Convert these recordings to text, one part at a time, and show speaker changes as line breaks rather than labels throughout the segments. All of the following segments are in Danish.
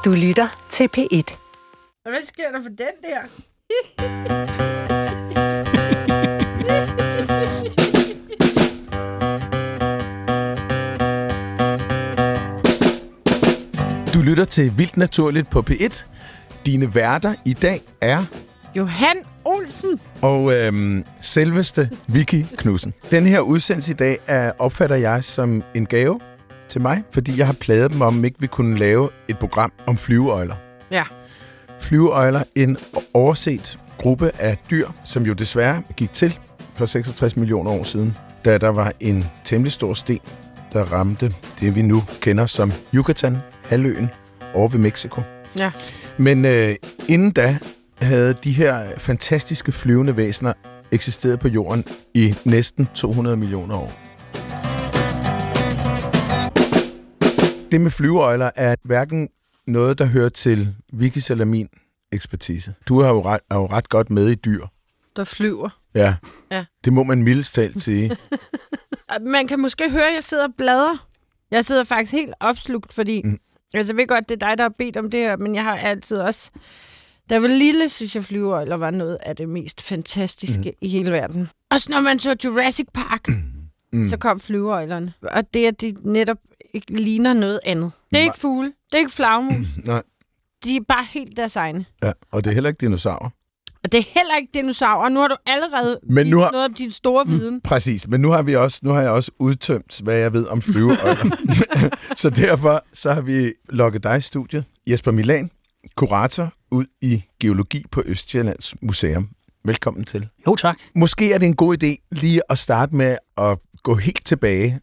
Du lytter til P1.
Hvad sker der for den der?
Du lytter til Vildt Naturligt på P1. Dine værter i dag er
Johan Olsen
og selveste Vicky Knudsen. Den her udsendelse i dag opfatter jeg som en gave til mig, fordi jeg har plaget dem om ikke vi kunne lave et program om flyveøgler.
Ja.
Flyveøgler, en overset gruppe af dyr, som jo desværre gik til for 66 millioner år siden, da der var en temmelig stor sten, der ramte det, vi nu kender som Yucatan-halvøen over ved Mexico.
Ja.
Men inden da havde de her fantastiske flyvende væsener eksisteret på jorden i næsten 200 millioner år. Det med flyveøgler er hverken noget, der hører til Vickys eller min ekspertise. Du er jo ret godt med i dyr.
Der flyver.
Ja.
Ja.
Det må man mildest talt sige.
Man kan måske høre, at jeg sidder og bladrer. Jeg sidder faktisk helt opslugt, fordi altså, jeg ved godt, det er dig, der har bedt om det her, men jeg har altid også... Da jeg var lille, synes jeg, flyveøgler var noget af det mest fantastiske i hele verden. Også når man så Jurassic Park, så kom flyveøglerne. Og det, at de netop ikke ligner noget andet. Det er ikke fugle. Det er ikke flagmus.
Nej.
De er bare helt deres egne.
Ja, og det er heller ikke dinosaurer.
Og det er heller ikke dinosaurer. Nu har du allerede vist noget om din store viden.
Præcis, men nu har jeg også udtømt, hvad jeg ved om flyveøgler. Så derfor så har vi lukket dig i studiet. Jesper Milan, kurator ud i geologi på Østjyllands Museum. Velkommen til.
Jo, tak.
Måske er det en god idé lige at starte med at gå helt tilbage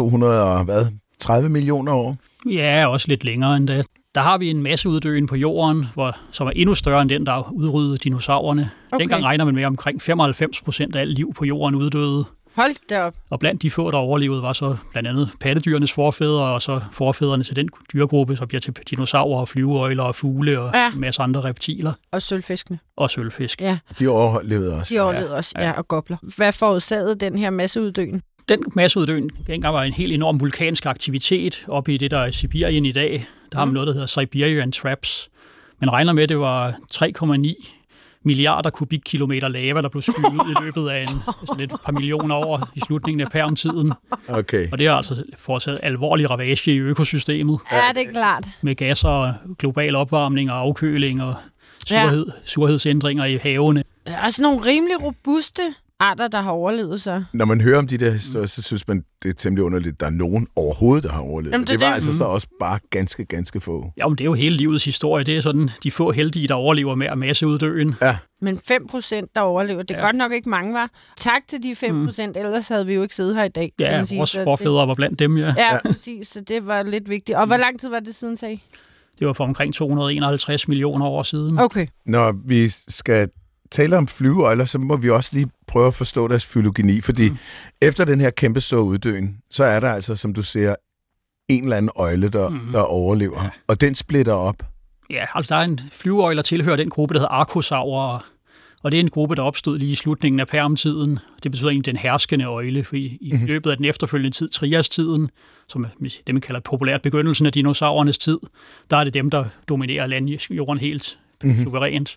230 millioner år.
Ja, også lidt længere end det. Der har vi en masseuddøen på jorden, som er endnu større end den, der udryddede dinosaurerne. Okay. Dengang regner man med, omkring 95% af alt liv på jorden uddøde.
Hold da op.
Og blandt de få, der overlevede, var så blandt andet pattedyrenes forfædre, og så forfædrene til den dyregruppe, så bliver til dinosaurer, flyveøgler og fugle og en masse andre reptiler.
Og sølvfiskene.
Og sølvfisk.
Ja.
De overlevede også.
De overlevede også, ja, og gobler. Hvad forårsagede den her masseuddøen?
Den masseuddøen dengang var en helt enorm vulkansk aktivitet oppe i det, der er Sibirien i dag. Der har man noget, der hedder Siberian Traps. Man regner med, at det var 3,9 milliarder kubikkilometer lava, der blev spyet ud i løbet af et par millioner år i slutningen af Perm-tiden.
Okay.
Og det har altså foretaget alvorlig ravage i økosystemet.
Ja, det er klart.
Med gasser, global opvarmning og afkøling og surhedsændringer i havene.
Der er også nogle rimelig robuste arter, der har overlevet så.
Når man hører om de der historier, så synes man, det er temmelig underligt, at der er nogen overhovedet, der har overlevet. Jamen, det var altså så også bare ganske få.
Ja, men det er jo hele livets historie. Det er sådan de få heldige, der overlever med masseuddøen.
Ja.
Men 5%, der overlever, det er godt nok ikke mange, var. Tak til de 5%, ellers havde vi jo ikke siddet her i dag.
Ja, vores forfædre var blandt dem, ja.
Ja, præcis, så det var lidt vigtigt. Og hvor lang tid var det siden, sagde?
Det var for omkring 251 millioner år siden.
Okay.
Når vi skal tale om flyveøgler, så må vi også lige prøve at forstå deres fylogeni, fordi efter den her kæmpe store uddøen, så er der altså, som du siger, en eller anden øgle, der overlever, og den splitter op. Ja,
altså der er en flyveøgler, tilhører den gruppe, der hedder arkosaurer, og det er en gruppe, der opstod lige i slutningen af Perm-tiden. Det betyder egentlig den herskende øgle, for i løbet af den efterfølgende tid, Trias-tiden, som er det, man kalder populært begyndelsen af dinosaurernes tid, der er det dem, der dominerer landjorden helt suverænt.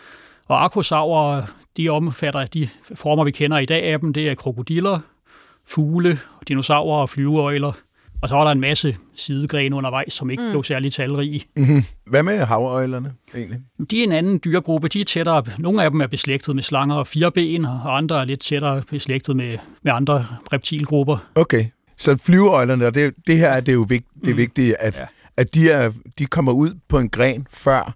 Og arkosaurer, de omfatter de former, vi kender i dag af dem. Det er krokodiller, fugle, dinosaurer og flyveøgler. Og så var der en masse sidegrene undervejs, som ikke blev særlig talrige.
Hvad med havøglerne egentlig?
De er en anden dyregruppe. De er tættere. Nogle af dem er beslægtet med slanger og fireben, og andre er lidt tættere beslægtet med andre reptilgrupper. Okay,
så flyveøglerne, og det her er det jo vigtigt, at de kommer ud på en gren før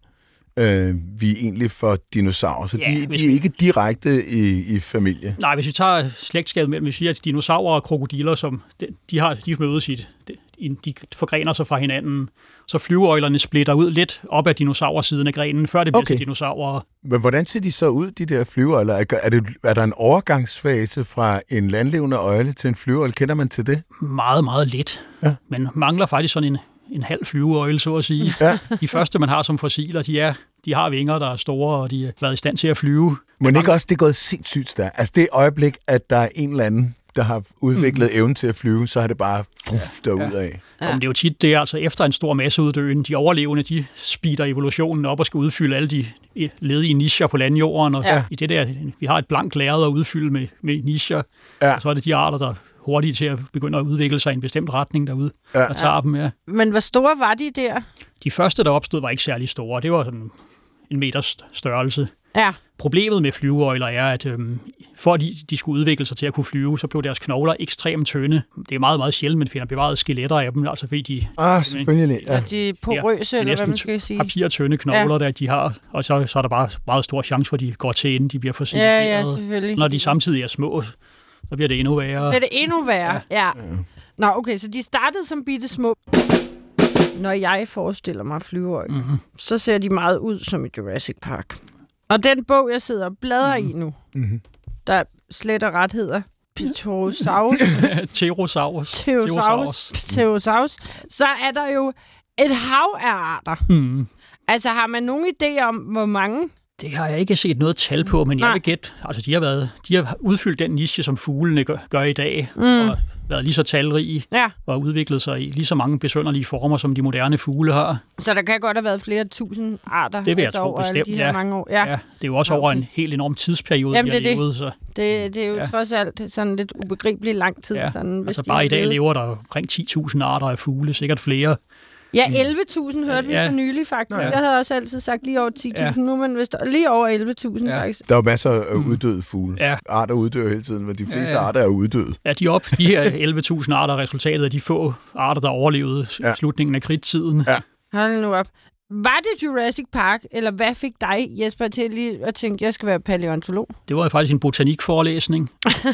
vi egentlig får dinosaurer, så de er ikke direkte i familie.
Nej, hvis vi tager slægtskabet mellem, hvis vi siger, at dinosaurer og krokodiller, som de mødes de forgrener sig fra hinanden, så flyveøglerne splitter ud lidt op af dinosaursiden af grenen, før det bliver til dinosaurer.
Men hvordan ser de så ud, de der flyveøgler? Er der en overgangsfase fra en landlevende øgle til en flyveøgle? Kender man til det?
Meget, meget lidt. Ja. Man mangler faktisk sådan en halv flyveøgle, så at sige. Ja. De første, man har som fossiler, de har vinger, der er store, og de har været i stand til at flyve.
Men ikke også, det er gået sindssygt stærkt. Altså det øjeblik, at der er en eller anden, der har udviklet evnen til at flyve, så har det bare derudad.
Ja. Men det er jo tit det, altså efter en stor masseuddøen, de overlevende, de speeder evolutionen op og skal udfylde alle de ledige nicher på landjorden, og i det der, vi har et blankt lærred at udfylde med nicher, og så er det de arter, der hurtigt til at begynde at udvikle sig i en bestemt retning derude, og tager dem,
Men hvor store var de der?
De første, der opstod, var ikke særlig store. Det var sådan en meters størrelse.
Ja.
Problemet med flyveøgler er, at for at de skulle udvikle sig til at kunne flyve, så blev deres knogler ekstremt tynde. Det er meget, meget sjældent, man finder bevaret skeletter af dem, altså fordi de...
selvfølgelig.
Ja. De er porøse, eller hvad man skal sige.
Papirtynde knogler, der de har, og så er der bare meget stor chance for, at de går til, inden de bliver fossiliseret.
Ja, selvfølgelig.
Når de samtidig er små, så bliver det endnu værre.
Det er det endnu værre, ja. Nå, okay, så de startede som bitte små. Når jeg forestiller mig flyveøjler, så ser de meget ud som i Jurassic Park. Og den bog, jeg sidder og bladrer i nu, der slet og ret hedder Pterosaurus, så er der jo et hav af arter. Altså, har man nogen idé om, hvor mange?
Det har jeg ikke set noget tal på, men jeg vil gætte. Altså, de har udfyldt den niche, som fuglene gør i dag, og været lige så talrige, og udviklet sig i lige så mange besynderlige former, som de moderne fugle har.
Så der kan godt have været flere tusind arter.
Det vil jeg tro bestemt,
de her mange år. Ja.
Det er jo også over en helt enorm tidsperiode,
jamen,
vi har levet. Så.
Det er jo trods alt sådan lidt ubegribeligt lang tid.
Ja.
Sådan,
altså bare i dag lever der omkring 10.000 arter af fugle, sikkert flere.
Ja, 11.000 hørte vi for nylig, faktisk. Jeg havde også altid sagt lige over 10.000 nu, men lige over 11.000 faktisk.
Der er jo masser af uddøde fugle. Ja. Arter uddør hele tiden, men de fleste arter er uddøde.
Ja, de her 11.000 arter er resultatet af de få arter, der overlevede slutningen af kridttiden.
Ja.
Hold nu op. Var det Jurassic Park, eller hvad fik dig, Jesper, til lige at tænke, at jeg skal være paleontolog?
Det var faktisk en botanikforelæsning.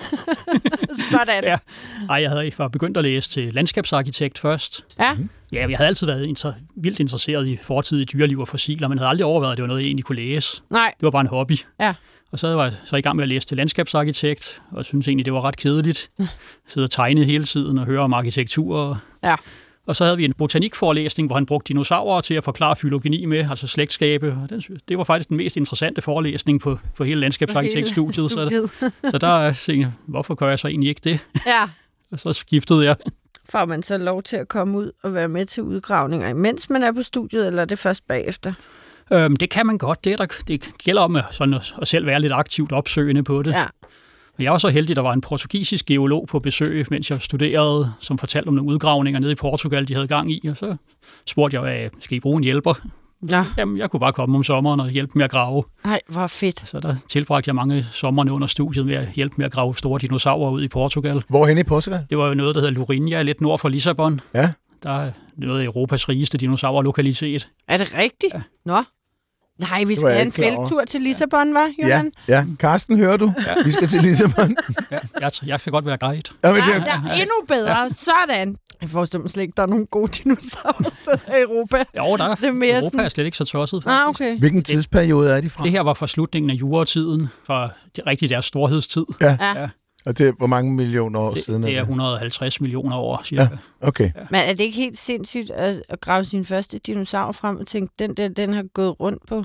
Sådan.
Ja. Ej, jeg var begyndt at læse til landskabsarkitekt først.
Ja.
Ja, jeg havde altid været vildt interesseret i fortidige dyreliv og fossiler, men havde aldrig overvejet, at det var noget, jeg egentlig kunne læse.
Nej.
Det var bare en hobby.
Ja.
Og så var jeg så i gang med at læse til landskabsarkitekt, og synes egentlig, det var ret kedeligt. Sidde og tegne hele tiden og høre om arkitektur.
Ja.
Og så havde vi en botanikforelæsning, hvor han brugte dinosaurer til at forklare fylogeni med, altså slægtskabe. Og det var faktisk den mest interessante forelæsning på hele landskabsarkitektstudiet. Så der tænkte jeg, hvorfor gør jeg så egentlig ikke det?
Ja.
Og så skiftede jeg.
Får man så lov til at komme ud og være med til udgravninger, mens man er på studiet, eller er det først bagefter?
Det kan man godt. Det gælder om sådan at selv være lidt aktivt opsøgende på det.
Ja.
Jeg var så heldig, at der var en portugisisk geolog på besøg, mens jeg studerede, som fortalte om nogle udgravninger nede i Portugal, de havde gang i. Og så spurgte jeg, skal I bruge en hjælper?
Ja.
Jamen, jeg kunne bare komme om sommeren og hjælpe med at grave.
Nej, hvor fedt.
Så der tilbragte jeg mange sommerne under studiet med at hjælpe med at grave store dinosaurer ud i Portugal.
Hvorhen i Portugal?
Det var noget, der hedder Lourinhã, lidt nord for Lissabon.
Ja.
Der er noget af Europas rigeste dinosaurlokalitet.
Er det rigtigt? Ja. Nå. Nej, vi skal have en felttur til Lissabon, var Jørgen?
Ja. Karsten, hører du? Ja. Vi skal til Lissabon.
Jeg kan godt være guide.
Ja, endnu bedre. Sådan. Jeg forestiller mig slet ikke, der er nogle gode dinosaursteder i Europa.
Jo, der er
Europa
sådan... er slet ikke så tosset, faktisk.
Okay.
Hvilken tidsperiode er de fra?
Det her var fra slutningen af juratiden, fra deres storhedstid.
Ja. Og det er hvor mange millioner år siden?
Det er 150 millioner år, cirka. Ja,
okay.
Ja. Men er det ikke helt sindssygt at grave sin første dinosaur frem og tænke, den har gået rundt på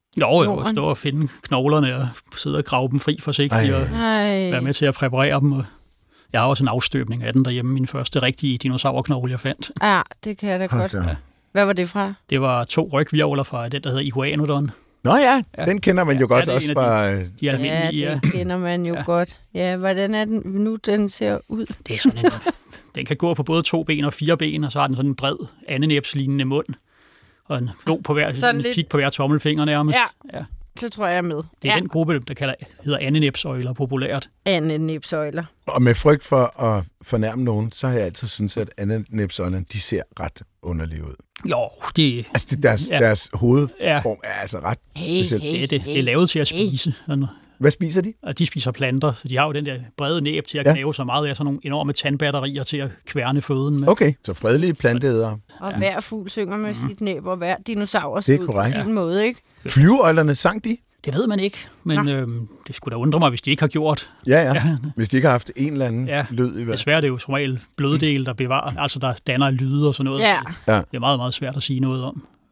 Jo, stå og finde knoglerne og sidde og grave dem fri forsigtigt og være med til at præparere dem. Og jeg har også en afstøbning af den derhjemme, min første rigtige dinosaurknogle, jeg fandt.
Ja, det kan jeg da godt. Ja. Hvad var det fra?
Det var 2 rygvirvler fra den, der hedder Iguanodon.
Nå ja, den kender man jo godt også fra...
De almindelige,
den kender man jo godt. Ja, hvordan er den nu, den ser ud?
Det er sådan en... Den kan gå på både 2 ben og 4 ben, og så har den sådan en bred andenæbslignende mund. Og en blå på en pik på hver tommelfinger nærmest.
Ja. Så tror jeg er med.
Det er den gruppe, der hedder andenæbsøgler populært.
Andenæbsøgler.
Og med frygt for at fornærme nogen, så har jeg altid syntes, at andenæbsøglerne, de ser ret underlige ud.
Jo, det...
Altså, deres hovedform er altså ret specielt.
Det er lavet til at spise.
Hvad spiser de?
Og de spiser planter, så de har jo den der brede næb til at knæve så meget af sådan nogle enorme tandbatterier til at kværne føden med.
Okay, så fredelige planteædere.
Og hver fugl synger med sit næb, og hver dinosaur ser ud på sin måde, ikke?
Flyveøglerne, sang de?
Det ved man ikke, men det skulle da undre mig, hvis de ikke har gjort.
Ja. Hvis de ikke har haft en eller anden lyd i hvert.
Desværre er det jo som regel bløddel, der bevarer, altså der danner lyde og sådan noget.
Ja.
Det er meget, meget svært at sige noget om.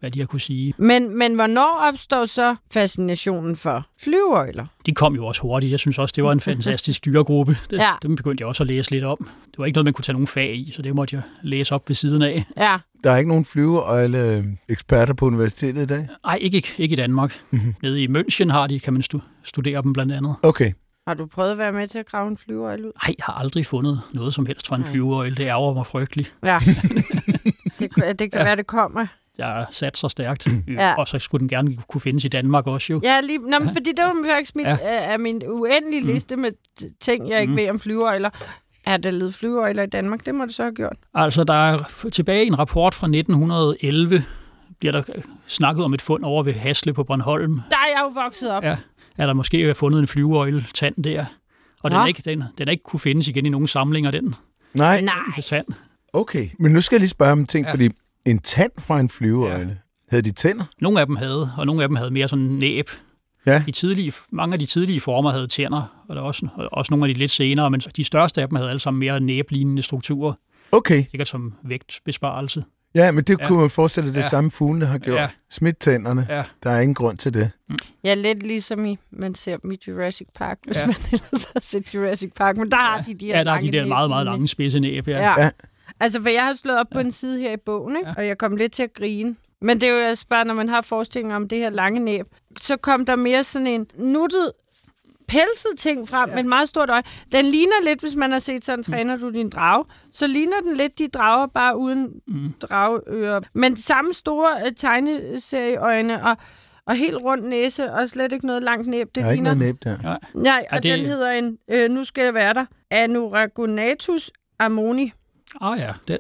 hvad de har kunne sige.
Men hvornår opstår så fascinationen for flyveøgler?
De kom jo også hurtigt. Jeg synes også, det var en fantastisk dyregruppe.
Ja.
Dem begyndte jeg også at læse lidt om. Det var ikke noget, man kunne tage nogen fag i, så det måtte jeg læse op ved siden af.
Ja.
Der er ikke nogen flyveøgle-eksperter på universitetet i dag?
Nej, ikke i Danmark. Mm-hmm. Nede i München har de, kan man studere dem blandt andet.
Okay.
Har du prøvet at være med til at grave en flyveøgle ud?
Nej, jeg har aldrig fundet noget som helst fra en flyveøgle. Det ærger mig frygteligt.
Ja. det kan være, det kommer.
Jeg har sat så stærkt.
Ja.
Og så skulle den gerne kunne findes i Danmark også jo.
Ja, fordi det var faktisk min uendelige liste med ting, jeg ikke ved om flyveøgler. Er der levet flyveøgler i Danmark? Det må du så have gjort.
Altså, der er tilbage i en rapport fra 1911, bliver der snakket om et fund over ved Hasle på Bornholm.
Der er jeg jo vokset op.
Ja, er der måske fundet en flyveøgle-tand der. Og den er ikke kunne findes igen i nogen samlinger, den.
Nej.
Interessant.
Okay, men nu skal jeg lige spørge om en ting, fordi en tand fra en flyveøgle, havde de tænder?
Nogle af dem havde, og nogle af dem havde mere sådan næb.
Ja.
Mange af de tidlige former havde tænder, og der var også nogle af de lidt senere, men de største af dem havde alle sammen mere næblignende strukturer.
Okay.
Sikkert som vægtbesparelse.
Ja, men det kunne man forestille det samme fuglene har gjort.
Ja.
Smidt tænderne. Ja. Der er ingen grund til det.
Ja, lidt ligesom man ser dem i Jurassic Park, hvis man ellers har set Jurassic Park. Men der har de her
der er de der meget, meget lange spidse næb.
Ja. Altså, for jeg har slået op på en side her i bogen, ikke? Og jeg kom lidt til at grine. Men det er jo også bare, når man har forestillinger om det her lange næb, så kom der mere sådan en nuttet, pelset ting frem med et meget stort øje. Den ligner lidt, hvis man har set sådan, træner du din drage, så ligner den lidt de drager, bare uden drageører. Men samme store tegneserieøjne og helt rund næse, og slet ikke noget langt næb. Det
der er ikke noget næb der.
Nej, og den hedder nu skal jeg være der, Anuragonatus ammoni.
Ja, den.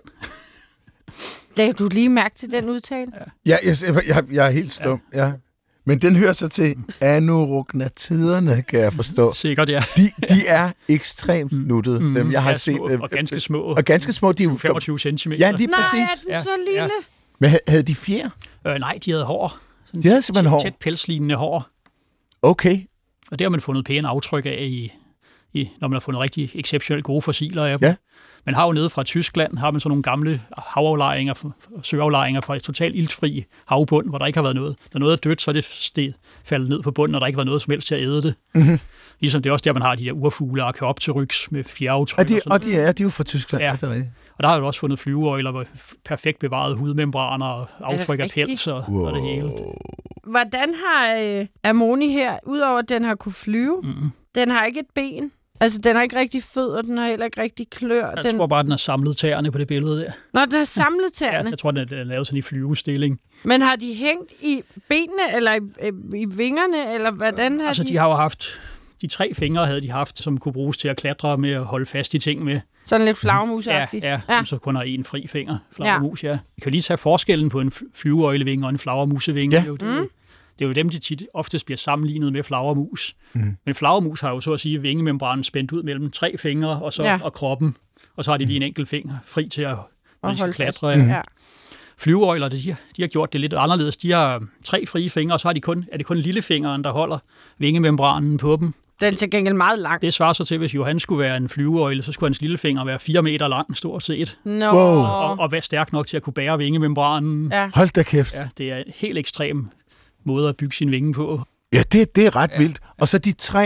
Lagde du lige mærke til den udtale?
Ja, jeg er helt stum, ja. Men den hører så til anurognatiderne, kan jeg forstå.
Sikkert, ja.
De er ekstremt nuttede. Dem, jeg har set.
Og ganske små.
Og ganske små, de er jo
25 cm.
Ja, lige præcis.
Nej, er den så lille? Ja.
Men havde de fjer?
Nej, de havde hår.
De havde simpelthen hår?
Tæt pelslignende hår.
Okay.
Og det har man fundet pæne aftryk af, når man har fundet rigtig exceptionelt gode fossiler af dem. Ja. Man har jo nede fra Tyskland, har man sådan nogle gamle havaflejringer, søaflejringer fra et totalt iltfri havbund, hvor der ikke har været noget. Der er noget, der er dødt, så er det faldet ned på bunden, og der ikke har været noget som helst til at æde det. Mm-hmm. Ligesom det er også der, man har de der urfugle, Archaeopteryx med fjerdaftryk.
De er jo fra Tyskland.
Ja. Og der har jo også fundet flyveøgler med perfekt bevarede hudmembraner og aftryk af pels og det hele.
Hvordan har ammoni her, udover at den har kunne flyve, den har ikke et ben? Altså, den har ikke rigtig fødder, den har heller ikke rigtig klør.
Jeg tror bare, den har samlet tæerne på det billede der.
Nå, den har samlet tæerne?
Ja, jeg tror, den er lavet sådan i flyvestilling.
Men har de hængt i benene, eller i vingerne, eller hvordan har
de har jo haft... De 3 fingre havde de haft, som kunne bruges til at klatre med og holde fast i ting med.
Sådan lidt flagermus-agtigt.
Ja, som så kun har en fri finger. Flagermus, ja. Vi kan lige tage forskellen på en flyveøglevinge og en flagermusevinge. Ja. Det er jo dem, de oftest bliver sammenlignet med flagermus. Mm. Men flagermus har jo så at sige vingemembranen spændt ud mellem 3 fingre og kroppen. Og så har de lige en enkelt finger fri til at klatre. Ja. Flyveøgler, de har gjort det lidt anderledes. De har 3 frie fingre, og så er det kun lillefingeren, der holder vingemembranen på dem.
Den er til gengæld meget lang.
Det svarer så til, hvis Johan skulle være en flyveøgle, så skulle hans lillefinger være 4 meter lang, stort set.
No.
Wow.
Og være stærk nok til at kunne bære vingemembranen.
Ja. Hold da kæft.
Ja, det er en helt ekstrem måde at bygge sin vinge på.
Ja, det er ret vildt. Og så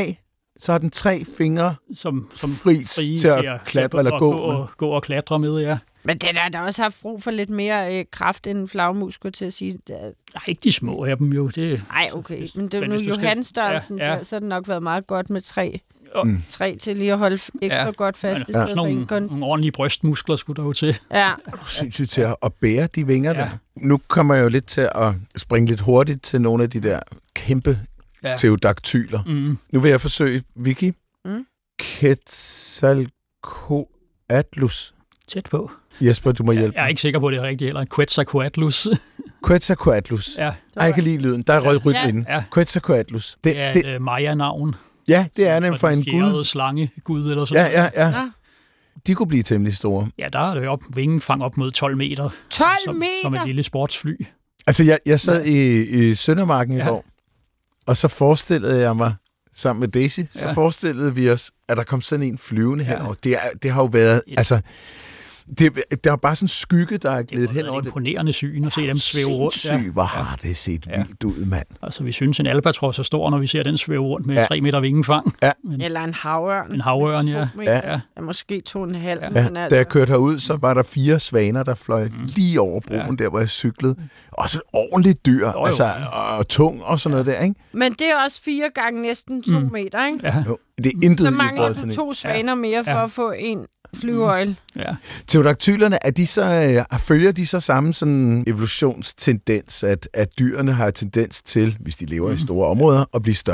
så har den 3 fingre som fri til at klatre eller
gå og klatre med, ja.
Men den har da også haft brug for lidt mere kraft end en flagermus, skulle til at sige.
Ikke de små af dem jo.
Nej, okay. Men det er nu Johan-størrelsen, så har det nok været meget godt med 3 til lige at holde ekstra godt fast. I stedet for
nogle ordentlige brystmuskler skulle der jo til.
Ja.
Er du sindssygt til at bære de vinger der? Nu kommer jeg jo lidt til at springe lidt hurtigt til nogle af de der kæmpe pterodaktyler. Mm. Nu vil jeg forsøge, Vicky. Quetzalcoatlus.
Tæt på.
Jesper, du må hjælpe.
Jeg er ikke sikker på, det er rigtigt heller. Quetzalcoatlus.
Quetzalcoatlus.
Ja.
Jeg kan lide lyden. Der er rød rytme inden. Ja. Quetzalcoatlus.
Det er et Maya-navn.
Ja, det er nemlig fra en gud.
Slange gud eller sådan
noget. Ja. De kunne blive temmelig store.
Ja, der er det vingefang op mod 12 meter.
12 meter?
Som et lille sportsfly.
Altså, jeg sad i Søndermarken i går, og så forestillede jeg mig, sammen med Daisy, så forestillede vi os, at der kom sådan en flyvende henover. Det har jo været, altså, Der er bare sådan en skygge, der er glædet hen over
det.
Det.
Imponerende syn at se dem svæve rundt.
Ja. Hvor har det set vildt ud, mand.
Altså, vi synes, en albatros er stor, når vi ser den svæve rundt med 3 meter vingefang.
Ja.
Eller en havørn.
En havørn,
ja. Måske 2,5.
Ja. Da jeg kørte herud, så var der 4 svaner, der fløj lige over broen, der hvor jeg cyklede. Også et ordentligt dyr, og tung og sådan noget der, ikke?
Men det er også 4 gange næsten 2 meter, ikke?
Ja. Jo, det er intet
så
i forhold til
mangler du 2 svaner mere for at få en flyveøjle.
Ja. Pterodaktylerne, følger de så samme sådan evolutionstendens, at dyrene har tendens til, hvis de lever i store områder, at blive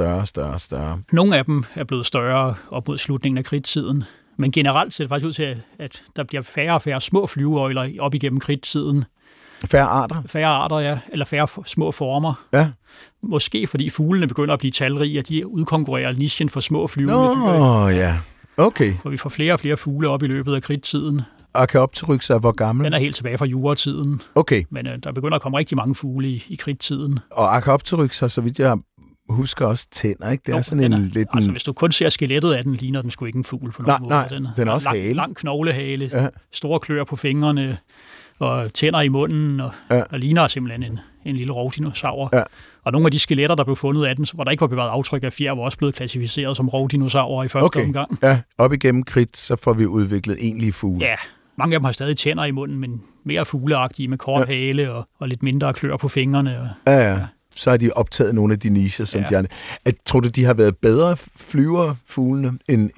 større?
Nogle af dem er blevet større op mod slutningen af kridttiden. Men generelt ser det faktisk ud til, at der bliver færre og færre små flyveøjler op igennem kridttiden.
Færre arter?
Færre arter, ja. Eller færre små former.
Ja.
Måske fordi fuglene begynder at blive talrige, og de udkonkurrerer nichen for små flyvende dyr.
Ja. Okay.
For vi får flere og flere fugle op i løbet af kridttiden.
Og kan optrykke sig, hvor gammel?
Den er helt tilbage fra juratiden.
Okay.
Men der begynder at komme rigtig mange fugle i kridttiden.
Og kan optrykke sig, så vidt jeg husker, også tænder, ikke? Det er sådan en lidt...
Altså, hvis du kun ser skelettet af den, ligner den sgu ikke en fugl på nogen måde.
Nej, den er også hale.
Lang knoglehale, store klør på fingrene, og tænder i munden, og ligner simpelthen en lille rovdinosaur. Ja. Og nogle af de skeletter, der blev fundet af den, hvor der ikke var bevaret aftryk af fjer, var også blevet klassificeret som rovdinosaurer i første omgang.
Ja, op igennem kridt, så får vi udviklet egentlige fugle.
Ja, mange af dem har stadig tænder i munden, men mere fugleagtige med kort hale og lidt mindre klør på fingrene.
Ja. Så har de optaget nogle af de nicher, som de andre. Tror du, de har været bedre flyverfuglene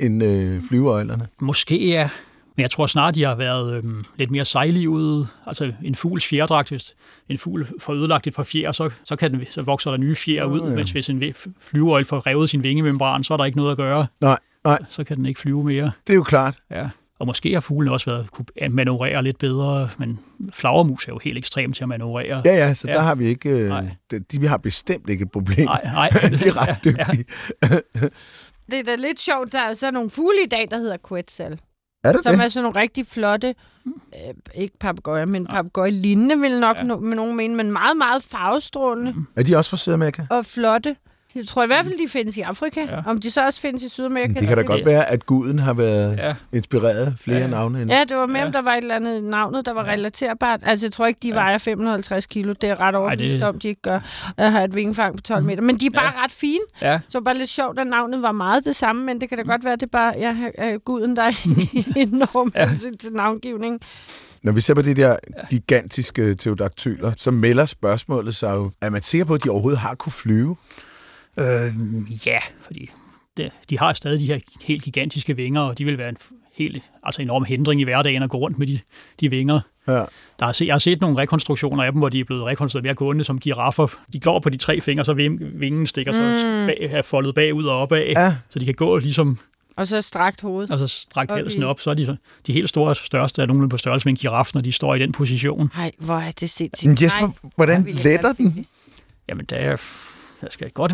end flyveøjlerne?
Måske ja. Men jeg tror snart, de har været lidt mere sejlivede. Altså en fugls fjerdragt, hvis en fugl får ødelagt et par fjer, så vokser der nye fjer ud, mens hvis en flyveøgle får revet sin vingemembran, så er der ikke noget at gøre.
Nej.
Så kan den ikke flyve mere.
Det er jo klart.
Ja. Og måske har fuglene også kunne manøvrere lidt bedre, men flagermus er jo helt ekstremt til at manøvrere.
Ja, så der har vi ikke... Vi har bestemt ikke et problem.
Nej.
De er ret dygtige.
Det er da lidt sjovt, der er så nogle fugle i dag, der hedder quetzal.
Er det
som er sådan nogle rigtig flotte, ikke papegøjer, men papegøje-lignende vil nok med nogen mene, men meget, meget farvestrålende.
Er de også fra Sydamerika?
Og flotte. Jeg tror i hvert fald, de findes i Afrika. Ja. Om de så også findes i Sydamerika.
Det kan da godt være, at guden har været inspireret flere navne end.
Ja, det var mere, om der var et eller andet navnet, der var relaterbart. Altså, jeg tror ikke, de vejer 550 kilo. Det er ret overbevist om, de ikke gør. Jeg har et vingefang på 12 meter. Men de er bare ret fine. Ja. Så bare lidt sjovt, at navnet var meget det samme, men det kan da godt være, at det bare guden, der er enormt til navngivning.
Når vi ser på de der gigantiske pterodaktyler, så melder spørgsmålet sig jo, er man sikker på, at de overhovedet har kunne flyve?
Ja, fordi de har stadig de her helt gigantiske vinger, og de vil være en helt enorm hindring i hverdagen at gå rundt med de vinger. Ja. Jeg har set nogle rekonstruktioner af dem, hvor de er blevet rekonstrueret mere gående som giraffer. De går på de 3 fingre, så vingen stikker så er foldet bagud og opad, så de kan gå ligesom...
Og så strakt hovedet.
Og så strakt halsen op, så er de helt store største er nogenlunde på størrelse med en giraf, når de står i den position.
Nej, hvor er det sindssygt.
Jesper, hvordan letter den?
Jamen, der skal godt...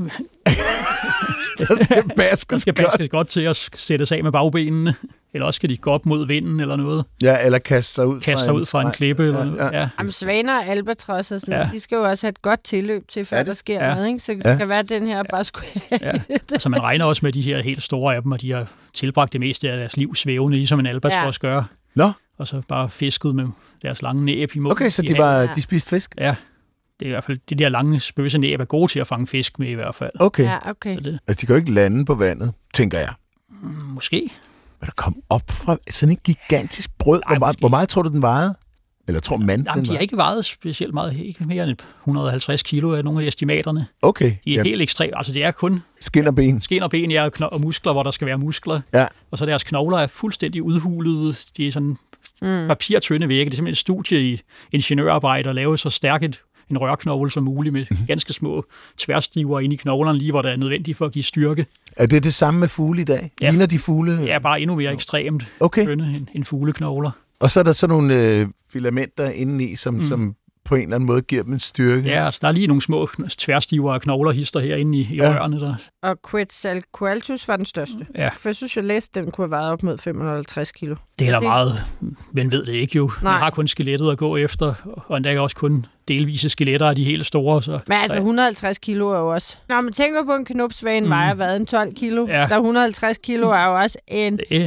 der skal
baskes godt til at sætte sig af med bagbenene. Eller også skal de gå op mod vinden eller noget.
Ja, eller kaste sig
ud fra en klippe. Eller noget. Ja.
Jamen, svaner og albatros og sådan de skal jo også have et godt tilløb til, før der sker noget. Ikke? Så det skal være den her bare skulle
Altså, man regner også med de her helt store af dem, og de har tilbragt det meste af deres liv svævende, ligesom en albatros gør.
Nå.
Og så bare fisket med deres lange næb i munden.
Okay, så de spiste fisk?
Ja. Det er i hvert fald, det der lange spøse næb er gode til at fange fisk med i hvert fald.
Okay.
Ja, okay.
Altså, de kan jo ikke lande på vandet, tænker jeg.
Måske.
Men der kom op fra sådan en gigantisk brød. Hvor meget tror du, den vejede? Eller tror man,
de har ikke vejet specielt meget. Ikke mere end 150 kilo af nogle af estimaterne.
Okay.
De er helt ekstremt. Altså, det er kun...
Skin og ben.
Skin og ben, ja, og muskler, hvor der skal være muskler.
Ja.
Og så deres knogler er fuldstændig udhulede. De er sådan papirtynde vægge. Det er simpelthen et studie i ingeniørarbejde at lave så stærkt en rørknogle som muligt med ganske små tværstiver inde i knoglerne, lige hvor der er nødvendigt for at give styrke. Er
det samme med fugle i dag? Ja. Ligner de fugle?
Ja, bare endnu mere ekstremt tynde end fugleknogler.
Og så er der sådan nogle filamenter indeni, som på en eller anden måde giver dem en styrke.
Ja, altså, der er lige nogle små tværstiver og knoglerhister herinde i rørene der.
Og Quetzalcoatlus var den største. Ja. For jeg synes, jeg læste, den kunne have vejet op mod 550 kilo.
Det er der meget, men ved det ikke jo. Man har kun skelettet at gå efter, og endda også kun delvise skeletter af de helt store. Så.
Men altså 150 kilo er jo også... Når man tænker på en knopsvane, vejer hvad, en 12 kilo. Ja. Så 150 kilo er jo også en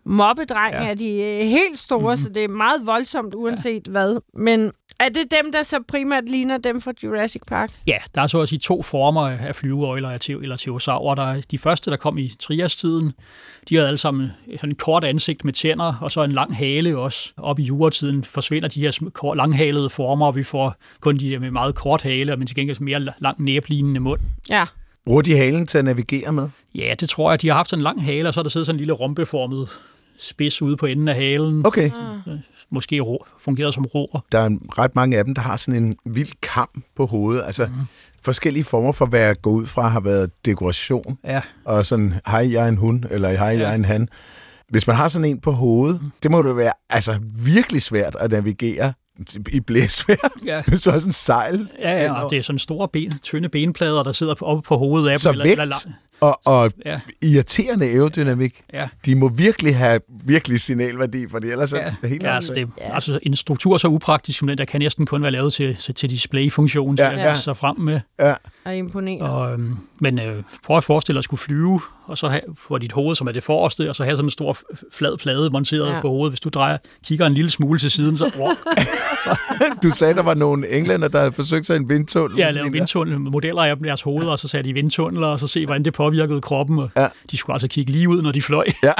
mobbedreng er de helt store, så det er meget voldsomt, uanset hvad. Men er det dem, der så primært ligner dem fra Jurassic Park?
Ja, der er så også 2 former af flyveøgler eller pterosaurer. Der er de første, der kom i triastiden. De havde alle sammen sådan et kort ansigt med tænder, og så en lang hale også. Op i juratiden forsvinder de her langhalede former, og vi får kun de der med meget kort hale, men til gengæld mere lang næblignende mund.
Ja.
Bruger de halen til at navigere med?
Ja, det tror jeg. De har haft sådan en lang hale, og så er der siddet sådan en lille rompeformet spids ude på enden af halen.
Okay.
Måske fungeret som roer.
Der er ret mange af dem, der har sådan en vild kam på hovedet. Altså forskellige former for, hvad jeg går ud fra, har været dekoration.
Ja.
Og sådan, hej, jeg er en hund, eller hej, jeg er en han. Hvis man har sådan en på hovedet, det må det være virkelig svært at navigere i blæsvejr, hvis du har sådan en sejl.
Ja, og det er sådan store tynde benplader, der sidder oppe på hovedet af dem.
Så vægt og irriterende aerodynamik.
Ja.
De må virkelig have signalværdi, for det ellers er det helt
altså en struktur så upraktisk som den, der kan næsten kun være lavet til display-funktion, til at vise sig frem med.
Ja.
Og imponere.
Men prøv at forestille dig at skulle flyve, og så have på dit hoved, som er det forreste, og så have sådan en stor flad plade monteret på hovedet. Hvis du kigger en lille smule til siden, så...
Du sagde, der var nogle englænder, der havde forsøgt sig en vindtunnel.
Ja, lavede vindtunnel, modeller af deres hoveder, og så satte de vindtunneler, og så se, hvordan det påvirkede kroppen. Og de skulle altså kigge lige ud, når de fløj.
Ja.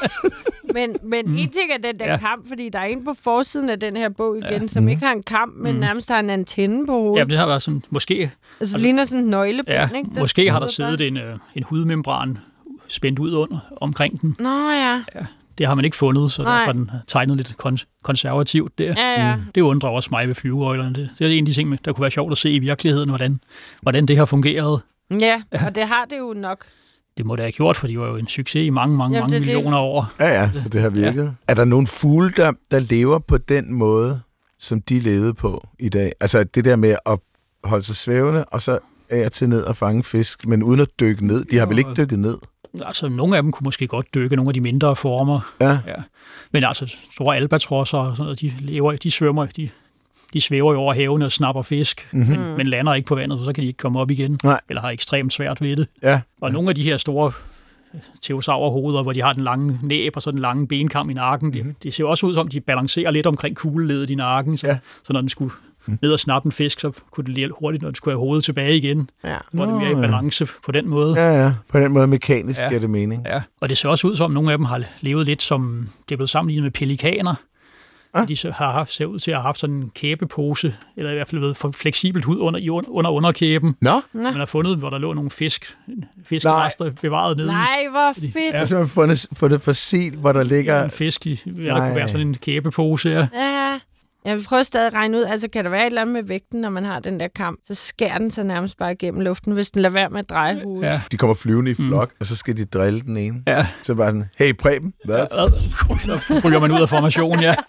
Men en ting er den der kamp, fordi der er en på forsiden af den her bog igen, som ikke har en kamp, men nærmest har en antenne på hovedet.
Ja, det har været sådan, måske...
Altså, ligner sådan en nøglebind, ikke?
Måske har der siddet en hudmembran spændt ud omkring den.
Nå ja.
Det har man ikke fundet, så derfor har den tegnet lidt konservativt der.
Ja.
Det undrer også mig ved flyveøjlerne. Det er en af de ting, der kunne være sjovt at se i virkeligheden, hvordan det har fungeret.
Ja, og det har det jo nok.
Det må det have gjort, for de var jo en succes i mange millioner år.
Ja, så det har virket. Ja. Er der nogle fugle, der lever på den måde, som de levede på i dag? Altså det der med at holde sig svævende, og så af og til ned og fange fisk, men uden at dykke ned. De har vel ikke dykket ned?
Altså, nogle af dem kunne måske godt dykke, nogle af de mindre former. Ja. Men altså, store albatrosser og sådan noget, de svæver jo over havene og snapper fisk, men lander ikke på vandet, så kan de ikke komme op igen. Nej. Eller har ekstremt svært ved det. Ja. Og nogle af de her store pterosaurhoveder, hvor de har den lange næb og så den lange benkam i nakken, det ser også ud som, de balancerer lidt omkring kugleledet i nakken, så når den skulle ned og snappe en fisk, så kunne det lige hurtigt, når den skulle have hovedet tilbage igen. Ja. Hvor det mere i balance på den måde.
Ja. På den måde mekanisk giver det mening.
Ja. Og det ser også ud som, nogle af dem har levet lidt som, det er blevet sammenlignet med pelikaner. De ser ud til at have haft sådan en kæbepose, eller i hvert fald været for fleksibelt hud under underkæben. Man har fundet, hvor der lå nogle fiskerester bevaret nede.
Nej, hvor fedt.
Ja. Altså, man har fundet fossil, hvor der ligger...
En fisk i, der kunne være sådan en kæbepose,
ja. Jeg vil prøve stadig at regne ud, altså kan der være et eller andet med vægten, når man har den der kamp, så skærer den sig nærmest bare igennem luften, hvis den lader være med at dreje hovedet. Ja.
De kommer flyvende i flok, og så skal de drille den ene. Ja. Så bare sådan, hey Preben, hvad?
Så ryger man ud af formationen, ja.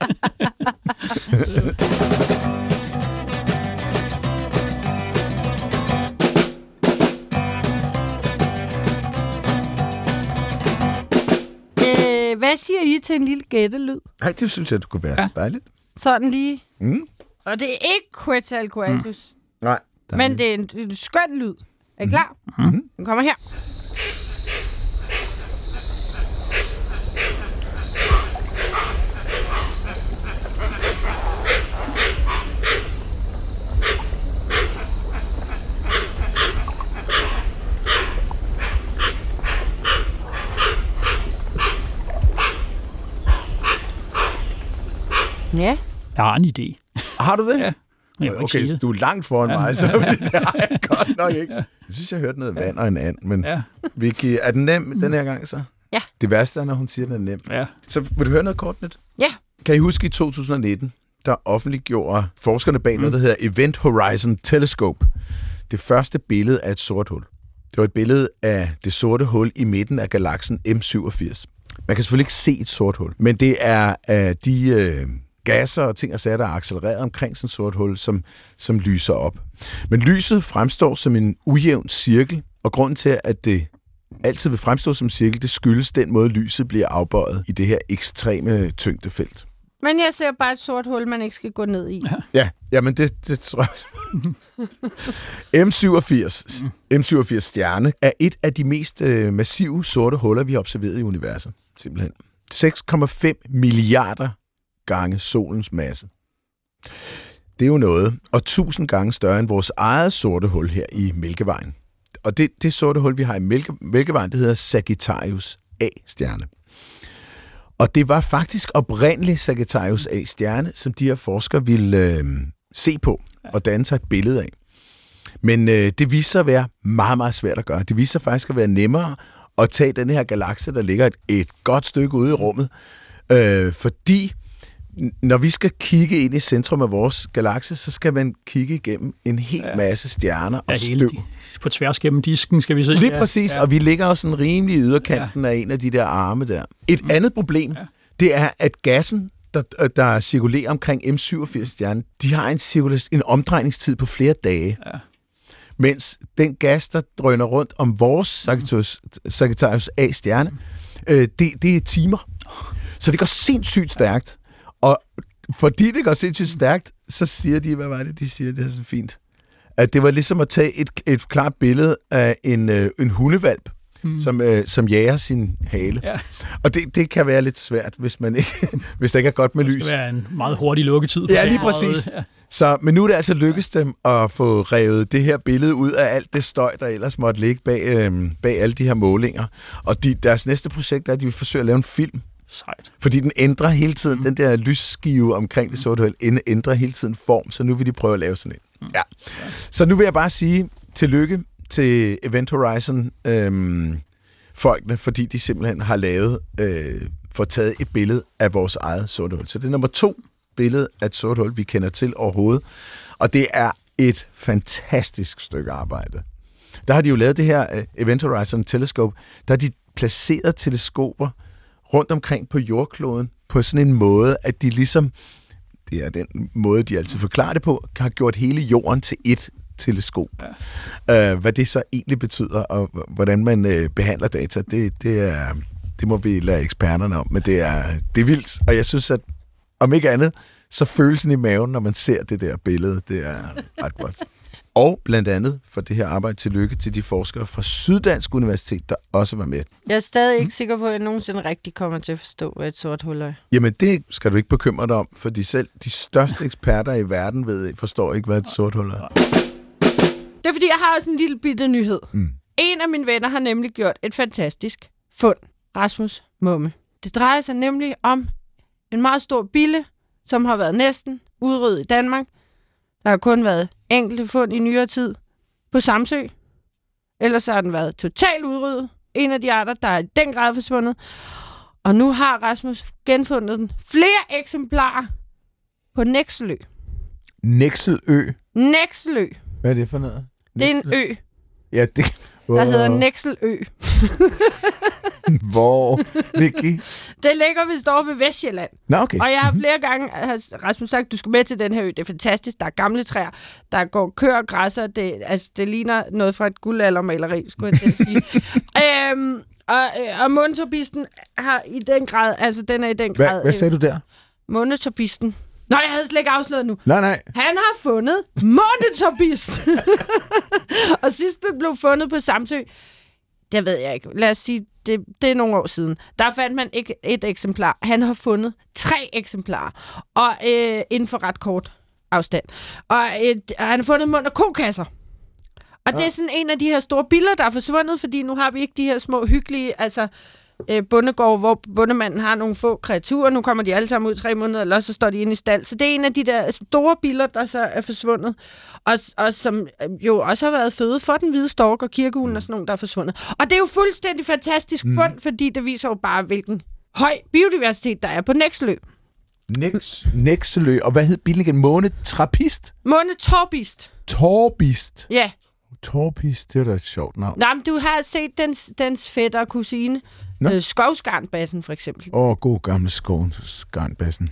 Hvad siger I til en lille gættelyd?
Nej, det synes jeg, det kunne være dejligt.
Sådan lige. Og det er ikke Quetzalcoatlus.
Nej.
Men det er en skøn lyd. Er I klar? Den kommer her. Ja.
Jeg har en idé.
Har du det?
Ja.
Okay, så du er langt foran mig, så det har jeg godt nok ikke. Jeg synes, jeg hørte noget vand og en and, men Vicky, er den nem den her gang så?
Ja.
Det værste er, når hun siger, den er nem.
Ja.
Så vil du høre noget kort nyt?
Ja.
Kan I huske i 2019, der offentliggjorde forskerne bag noget, der hedder Event Horizon Telescope, det første billede af et sort hul. Det var et billede af det sorte hul i midten af galaksen M87. Man kan selvfølgelig ikke se et sort hul, men det er de gasser og ting og sager, der er accelereret omkring sådan et sort hul, som lyser op. Men lyset fremstår som en ujævn cirkel, og grunden til, at det altid vil fremstå som en cirkel, det skyldes den måde, lyset bliver afbøjet i det her ekstreme tyngdefelt.
Men jeg ser bare et sort hul, man ikke skal gå ned i.
Ja, men det tror jeg. M87 stjerne er et af de mest massive sorte huller, vi har observeret i universet. Simpelthen. 6,5 milliarder gange solens masse. Det er jo noget, og 1000 gange større end vores eget sorte hul her i Mælkevejen. Og det sorte hul, vi har i Mælkevejen, det hedder Sagittarius A-stjerne. Og det var faktisk oprindeligt Sagittarius A-stjerne, som de her forskere ville se på og danne sig et billede af. Men det viser sig at være meget, meget svært at gøre. Det viser sig faktisk at være nemmere at tage den her galakse, der ligger et godt stykke ude i rummet, fordi når vi skal kigge ind i centrum af vores galakse, så skal man kigge igennem en hel masse stjerner og støv.
På tværs gennem disken, skal vi se.
Lige præcis, og vi ligger jo sådan rimelig i yderkanten af en af de der arme der. Et andet problem, det er, at gassen, der cirkulerer omkring M87-stjernen, de har en omdrejningstid på flere dage. Ja. Mens den gas, der drøner rundt om vores Sagittarius A-stjerne, det er timer. Så det går sindssygt stærkt. Og fordi det går sindssygt stærkt, så siger de, hvad var det, de siger, det er så fint, at det var ligesom at tage et klart billede af en hundevalp, som jager sin hale. Ja. Og det kan være lidt svært, hvis der ikke er godt med lys.
Det skal være en meget hurtig lukketid.
Ja, lige præcis. Ja. Men nu er det altså lykkedes dem at få revet det her billede ud af alt det støj, der ellers måtte ligge bag alle de her målinger. Og deres næste projekt er, at de vil forsøge at lave en film. Sejt. Fordi den ændrer hele tiden, den der lysskive omkring det sorte hul, ændrer hele tiden form, så nu vil de prøve at lave sådan en. Ja. Så nu vil jeg bare sige tillykke til Event Horizon folkene, fordi de simpelthen har fået taget et billede af vores eget sorte hul. Så det er nummer 2 billede af et sorte hul, vi kender til overhovedet. Og det er et fantastisk stykke arbejde. Der har de jo lavet det her Event Horizon Telescope, der har de placeret teleskoper rundt omkring på jordkloden på sådan en måde, at de ligesom, det er den måde, de altid forklarer det på, har gjort hele jorden til et teleskop. Ja. Hvad det så egentlig betyder, og hvordan man behandler data, det må vi lade eksperterne om, men det er vildt, og jeg synes, at om ikke andet, så følelsen i maven, når man ser det der billede, det er ret godt. Og blandt andet for det her arbejde tillykke til de forskere fra Syddansk Universitet, der også var med.
Jeg er stadig ikke sikker på, at jeg nogensinde rigtig kommer til at forstå, hvad et sort hul er.
Jamen, det skal du ikke bekymre dig om, for de største eksperter i verden forstår ikke, hvad et sort hul er.
Det er, fordi jeg har også en lille bitte nyhed. En af mine venner har nemlig gjort et fantastisk fund. Rasmus Mumme. Det drejer sig nemlig om en meget stor bille, som har været næsten udryddet i Danmark. Der har kun været enkelte fund i nyere tid på Samsø. Ellers har den været totalt udryddet. En af de arter, der er i den grad forsvundet. Og nu har Rasmus genfundet den. Flere eksemplarer på Nekselø.
Nekselø?
Nekselø.
Hvad er det for noget?
Det er en ø.
Ja,
der hedder Nekselø.
Hvor? Vicky?
Det ligger vist over ved Vestjylland.
Nå, okay.
Og jeg har flere gange, Rasmus sagt, du skal med til den her ø. Det er fantastisk. Der er gamle træer. Der går køer og græsser. Det ligner noget fra et guldaldermaleri, skulle jeg til at sige. Og Månetorbisten har i den grad, altså den er i den grad...
Hvad sagde du der?
Månetorbisten. Nå, jeg havde slet ikke afsløret nu.
Nej.
Han har fundet månetorbist. Og sidst det blev fundet på Samsø, det ved jeg ikke. Lad os sige, det er nogle år siden. Der fandt man ikke et eksemplar. Han har fundet 3 eksemplarer. Og inden for ret kort afstand. Og han har fundet mund- og kokasser. Og det er sådan en af de her store billeder, der er forsvundet, fordi nu har vi ikke de her små hyggelige, bondegård, hvor bondemanden har nogle få kreaturer. Nu kommer de alle sammen ud 3 måneder, eller så står de inde i stald. Så det er en af de der store billeder, der så er forsvundet. Og som jo også har været føde for den hvide stork og kirkehullen og sådan nogle, der er forsvundet. Og det er jo fuldstændig fantastisk fund, fordi det viser jo bare, hvilken høj biodiversitet, der er på Nekselø.
Nekselø. Og hvad hed bilen igen? Månetrappist?
Månetorbist.
Torbist?
Ja.
Torbist, det er da et sjovt navn.
Nej, men du har set dens fætter og kusine. Skovskarnbassen, for eksempel.
God gamle skovskarnbassen.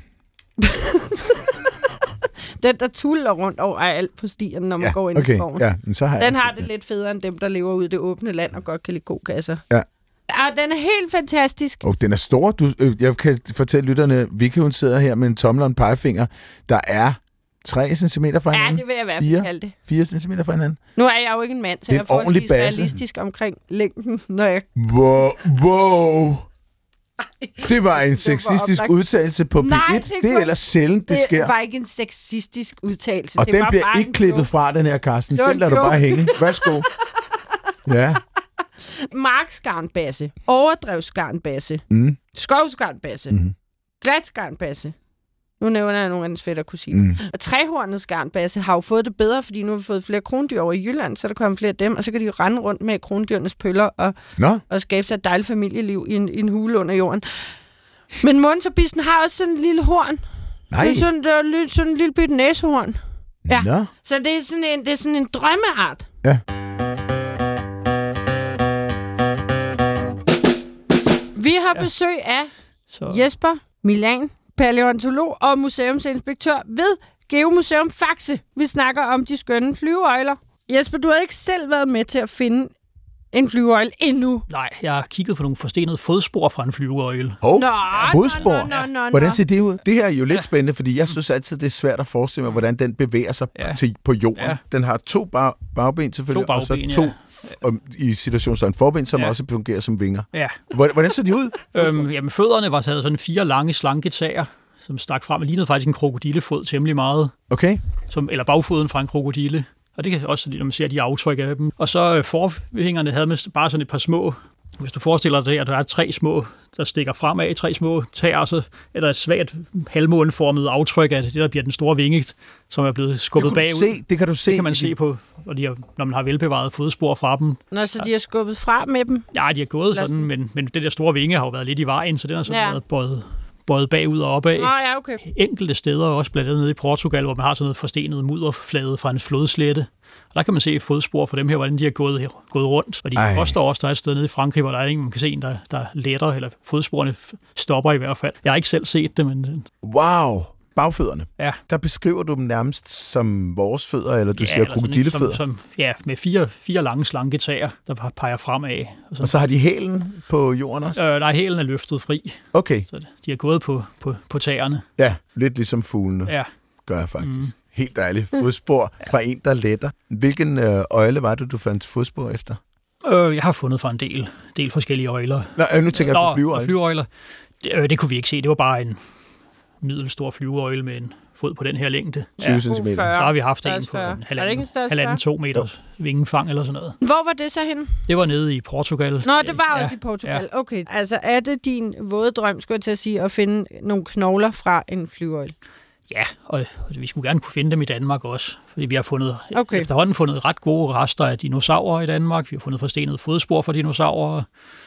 Den, der tuller rundt over alt på stierne, når man går ind i skoven.
Ja, men så har
den har det lidt federe end dem, der lever ude i det åbne land og godt kan lide kokasser.
Ja.
Ja, den er helt fantastisk.
Den er stor. Jeg kan fortælle lytterne, Vicky, hun sidder her med en tommel og en pegefinger. Der er 3 cm fra hinanden.
Ja, det vil jeg i hvert fald kalde det.
4 cm fra hinanden.
Nu er jeg jo ikke en mand, så jeg er forholdsvis realistisk omkring længden, når jeg...
Wow. Det var en sexistisk udtalelse på P1.
Nej,
det er ellers sjældent, det sker.
Det var ikke en sexistisk udtalelse.
Og
det
den
var
bliver ikke klippet fra, den her, Carsten. Den lader du bare hænge. Værsgo. Ja.
Marksgarnbasse, overdrevsgarnbasse, skovsgarnbasse, glatsgarnbasse. Nu nævner jeg nogle af den fætter kusine. Og trehornet garnbasse har jo fået det bedre, fordi nu har vi fået flere krondyr over i Jylland, så der kommer flere af dem, og så kan de jo rende rundt med krondyrenes pøller og skabe sig et dejligt familieliv i en hule under jorden. Men munterbissen har også sådan en lille horn.
Nej.
Det er sådan en lille bitte næsehorn. Ja.
Nå.
Så det er sådan en drømmeart.
Ja.
Vi har besøg af Jesper Milan, palæontolog og museumsinspektør ved Geomuseum Faxe. Vi snakker om de skønne flyveøgler. Jesper, du har ikke selv været med til at finde en flyveøgle endnu.
Nej, jeg har kigget på nogle forstenede fodspor fra en flyveøgle.
Fodspor? Hvordan ser det ud? Det her er jo lidt spændende, fordi jeg synes altid, det er svært at forestille mig, hvordan den bevæger sig på jorden. Ja. Den har 2 bagben selvfølgelig, og så 2 i situationen forben, som også fungerer som vinger. Ja. Hvordan ser de ud?
Jamen, fødderne var taget sådan 4 lange, slanke tæer, som stak frem og lignede faktisk en krokodillefod temmelig meget.
Okay.
Eller bagfoden fra en krokodille. Og det kan også, når man ser de aftryk af dem. Og så forvingerne havde med bare sådan et par små. Hvis du forestiller dig, at der er 3 små, der stikker fremad, 3 små tæer, så er der et svagt halvmåneformet aftryk af det, der bliver den store vinge, som er blevet skubbet bagud.
Det kan du se.
Det kan man se på, når man har velbevaret fodspor fra dem.
Nå, så de har skubbet fra med dem?
Ja, de har gået sådan, men det der store vinge har jo været lidt i vejen, så den har sådan været bøjet bagud og opad.
Ja, okay.
Enkelte steder, også blandt andet nede i Portugal, hvor man har sådan noget forstenet mudderflade fra en flodslette. Og der kan man se fodspor for dem her, hvordan de har gået rundt. Og de påstår også, der er et sted nede i Frankrig, hvor der er man kan se en, der letter, eller fodsporene stopper i hvert fald. Jeg har ikke selv set det, men...
Wow! Bagfødderne.
Ja.
Der beskriver du dem nærmest som vores fødder, eller du siger krokodillefødder.
Med 4 lange, slanke tæer, der peger fremad.
Og så har de hælen på jorden også?
Nej, hælen er løftet fri.
Okay.
Så de har gået på tæerne.
Ja, lidt ligesom fuglene. Ja. Gør jeg faktisk. Helt dejligt. Fodspor fra en, der letter. Hvilken øgle var det, du fandt fodspor efter?
Jeg har fundet fra en del forskellige øgler.
Nu tænker jeg på flyveøgler.
Flyveøgler. Det kunne vi ikke se. Det var bare en middelstor flyveøgle med en fod på den her længde.
20 cm.
Så har vi haft en på 1,5-2 meters vingefang eller sådan noget.
Hvor var det så henne?
Det var nede i Portugal.
Nå, det var også i Portugal. Ja. Okay. Altså, er det din våde drøm, skulle jeg til at sige, at finde nogle knogler fra en flyveøgle?
Ja, og vi skulle gerne kunne finde dem i Danmark også, fordi vi har efterhånden fundet ret gode rester af dinosaurer i Danmark. Vi har fundet forstenede fodspor fra dinosaurer,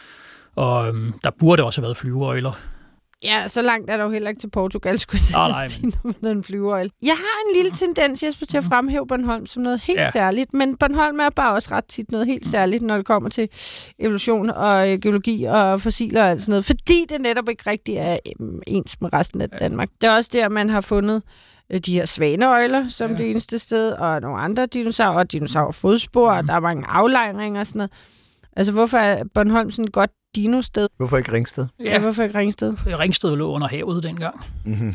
og der burde også have været flyveøgler.
Ja, så langt er der jo heller ikke til Portugal, skulle jeg sige, når man er en flyveøgle. Jeg har en lille tendens, Jesper, til at fremhæve Bornholm som noget helt særligt, men Bornholm er bare også ret tit noget helt særligt, når det kommer til evolution og geologi og fossiler og alt sådan noget, fordi det netop ikke rigtig er ens med resten af Danmark. Det er også der, man har fundet de her svaneøgler som det eneste sted, og nogle andre dinosaurer, dinosaurfodspor, og der er mange aflejringer og sådan noget. Altså, hvorfor er Bornholm sådan et godt dinosted?
Hvorfor ikke Ringsted?
Ja, hvorfor ikke Ringsted?
Ringsted lå under havet dengang.
Mm-hmm.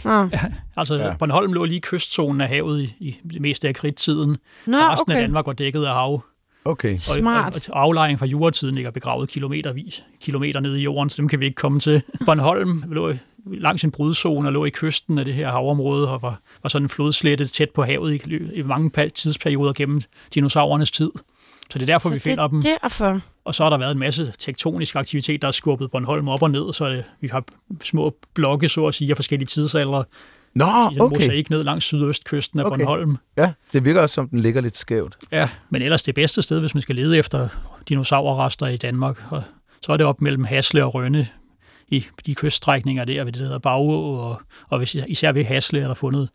Bornholm lå lige i kystzonen af havet i det meste af kridttiden. Resten af Danmark var dækket af hav.
Okay.
Smart.
Og aflejring fra juratiden ligger begravet kilometer nede i jorden, så dem kan vi ikke komme til. Bornholm lå langs en brudzone og lå i kysten af det her havområde og var sådan en flodslette tæt på havet i mange tidsperioder gennem dinosaurernes tid. Så det er derfor, vi finder dem.
Derfor.
Og så har der været en masse tektonisk aktivitet, der har skubbet Bornholm op og ned, så vi har små blokke, så at sige, af forskellige tidsaldre.
Nå, okay.
Mosaik ned langs sydøstkysten af Bornholm.
Ja, det virker også som, den ligger lidt skævt.
Ja, men ellers det bedste sted, hvis man skal lede efter dinosaurrester i Danmark. Og så er det op mellem Hasle og Rønne i de kyststrækninger der, ved det der hedder Bagå, og især ved Hasle er der fundet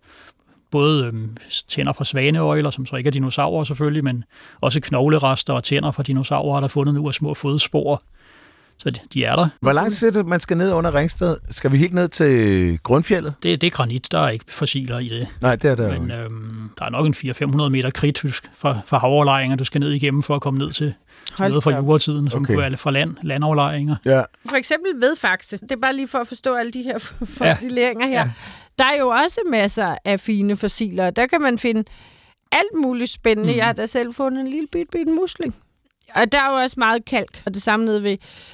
både tænder fra svaneøgler, som så ikke er dinosaurer selvfølgelig, men også knoglerester og tænder fra dinosaurer, der er fundet nu af små fodspor. Så de er der.
Hvor langt ser det, man skal ned under Ringsted? Skal vi helt ned til grundfjeldet?
Det er granit, der er ikke fossiler i det.
Nej, det er der.
Men der er nok en 400-500 meter kridt fra havrelejringer, du skal ned igennem for at komme ned til noget fra juratiden, som kunne være fra landaflejringer.
Ja. For eksempel ved Faxe. Det er bare lige for at forstå alle de her fossileringer her. Ja. Der er jo også masser af fine fossiler. Der kan man finde alt muligt spændende. Jeg har da selv fundet en lille bitte musling. Og der er jo også meget kalk. Og det samme nede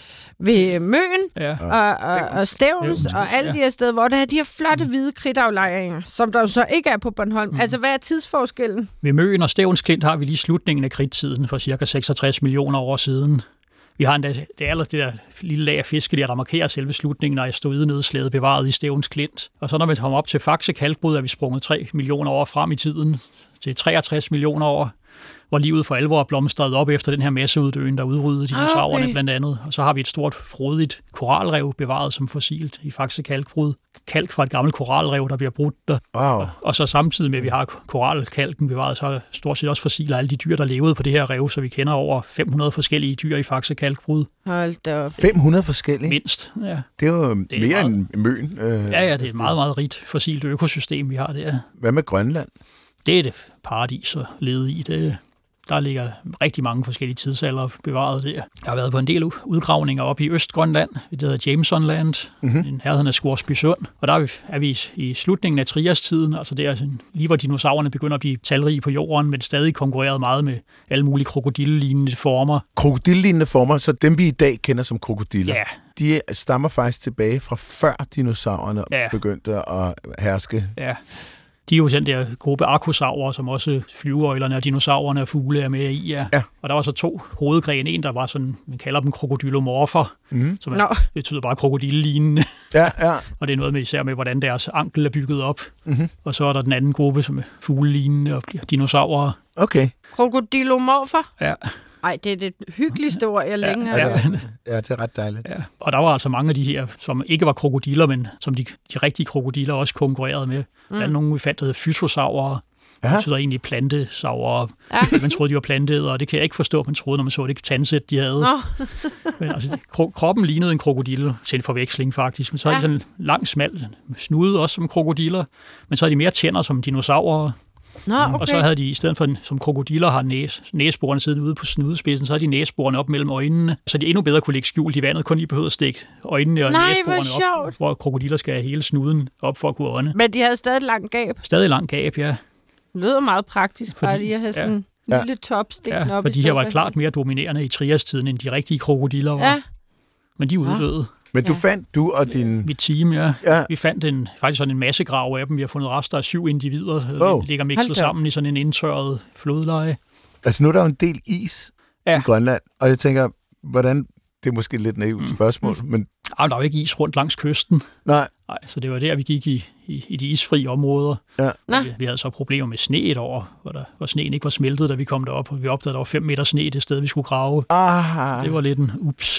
ved Møn og Stevns og alle de her steder, hvor der er de her flotte hvide kridtaflejringer, som der jo så ikke er på Bornholm. Altså, hvad er tidsforskellen?
Ved Møn og Stevns Klint har vi lige slutningen af kridttiden for cirka 66 millioner år siden. Vi har det der lille lag af fiske, der markerer selve slutningen, når jeg stod nedslaget bevaret i Stevns Klint. Og så når vi kommer op til Faxe Kalkbrud, er vi sprunget 3 millioner år frem i tiden til 63 millioner år, hvor livet for alvor er blomstret op efter den her masseuddøen, der udryddede dinosaurerne blandt andet. Og så har vi et stort, frodigt koralrev bevaret som fossilt i Faxe Kalkbrud. Kalk fra et gammelt koralrev, der bliver brudt der.
Wow.
Og så samtidig med, at vi har koralkalken bevaret, så er stort set også fossiler alle de dyr, der levede på det her rev, så vi kender over 500 forskellige dyr i Faxe Kalkbrud.
Hold da op.
500 forskellige?
Mindst, ja.
Det er jo mere end Møn.
Ja, det er et meget, meget rigt fossilt økosystem, vi har der.
Hvad med Grønland?
Det er det paradis at lede i. Der ligger rigtig mange forskellige tidsalder bevaret der. Jeg har været på en del udgravninger oppe i Østgrønland, det hedder Jamesonland, i nærheden af Scoresby Sund. Og der er vi i slutningen af Trias-tiden, altså der lige hvor dinosaurerne begynder at blive talrige på jorden, men stadig konkurreret meget med alle mulige krokodillelignende former.
Krokodillelignende former, så dem vi i dag kender som krokodiller,
ja.
De stammer faktisk tilbage fra før dinosaurerne begyndte at herske.
Ja. De er jo den der gruppe arkosaurer, som også flyveøglerne og dinosaurerne og fugle er med i. Ja. Og der var så 2 hovedgrene. En, der var sådan, man kalder dem krokodylomorfer, som betyder bare krokodillelignende.
Ja.
Og det er noget med især med, hvordan deres ankel er bygget op. Og så er der den anden gruppe, som er fuglelignende og dinosaurer.
Okay.
Krokodylomorfer?
Ja.
Ej, det er det hyggeligste ord, jeg længe har
Ja, det er ret dejligt.
Ja. Og der var altså mange af de her, som ikke var krokodiller, men som de rigtige krokodiller også konkurrerede med. Der er nogle, vi fandt, der hedder fytosaurer. Det betyder egentlig plantesaurer. Man troede, de var planteædere, og det kan jeg ikke forstå, man troede, når man så det tandsæt, de havde. Men altså, kroppen lignede en krokodille til en forveksling faktisk. Men så er de sådan lang, smal snude også som krokodiller. Men så er de mere tænder som dinosaurer.
Okay.
Og så havde de, i stedet for, som krokodiller har næseborene siddet ude på snudespidsen, så har de næseborene op mellem øjnene, så de endnu bedre kunne ligge skjult i vandet, kun lige behøvede at stikke øjnene og næseborene op, hvor krokodiller skal have hele snuden op for at kunne ånde.
Men de havde stadig et langt gab?
Stadig langt gab, ja.
Det lyder meget praktisk, bare lige at have sådan en lille top stikkende op.
For de her var klart mere dominerende i Trias-tiden, end de rigtige krokodiller var. Ja. Men de uddøde.
Men du og din...
Mit team, vi fandt faktisk sådan en massegrav af dem. Vi har fundet rester af 7 individer, der ligger mixet sammen i sådan en indtørret flodleje. Altså
nu er der jo en del is i Grønland, og jeg tænker, hvordan... Det er måske et lidt naivt spørgsmål, men...
Der er jo ikke is rundt langs kysten.
Nej,
så det var der, vi gik i de isfri områder.
Ja.
Vi havde så problemer med sne et år, hvor sneen ikke var smeltet, da vi kom derop, og vi opdagede, at der var 5 meter sne det sted, vi skulle grave. Så det var lidt en ups.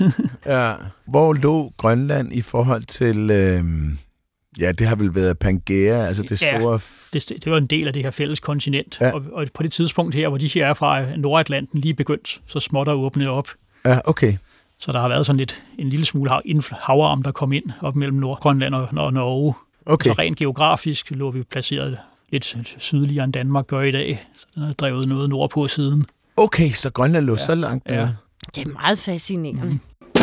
Hvor lå Grønland i forhold til... det har vel været Pangea, altså det store...
Det var en del af det her fælles kontinent. Ja. Og på det tidspunkt her, hvor de her er fra Nordatlanten lige begyndt, så småt at åbne op.
Ja, okay.
Så der har været sådan en lille smule havarm, der kom ind op mellem Nordgrønland og Norge.
Okay.
Så rent geografisk lå vi placeret lidt sydligere end Danmark gør i dag. Så den har drevet noget nordpå siden.
Okay, så Grønland lå så langt nede.
Ja. Det er meget fascinerende.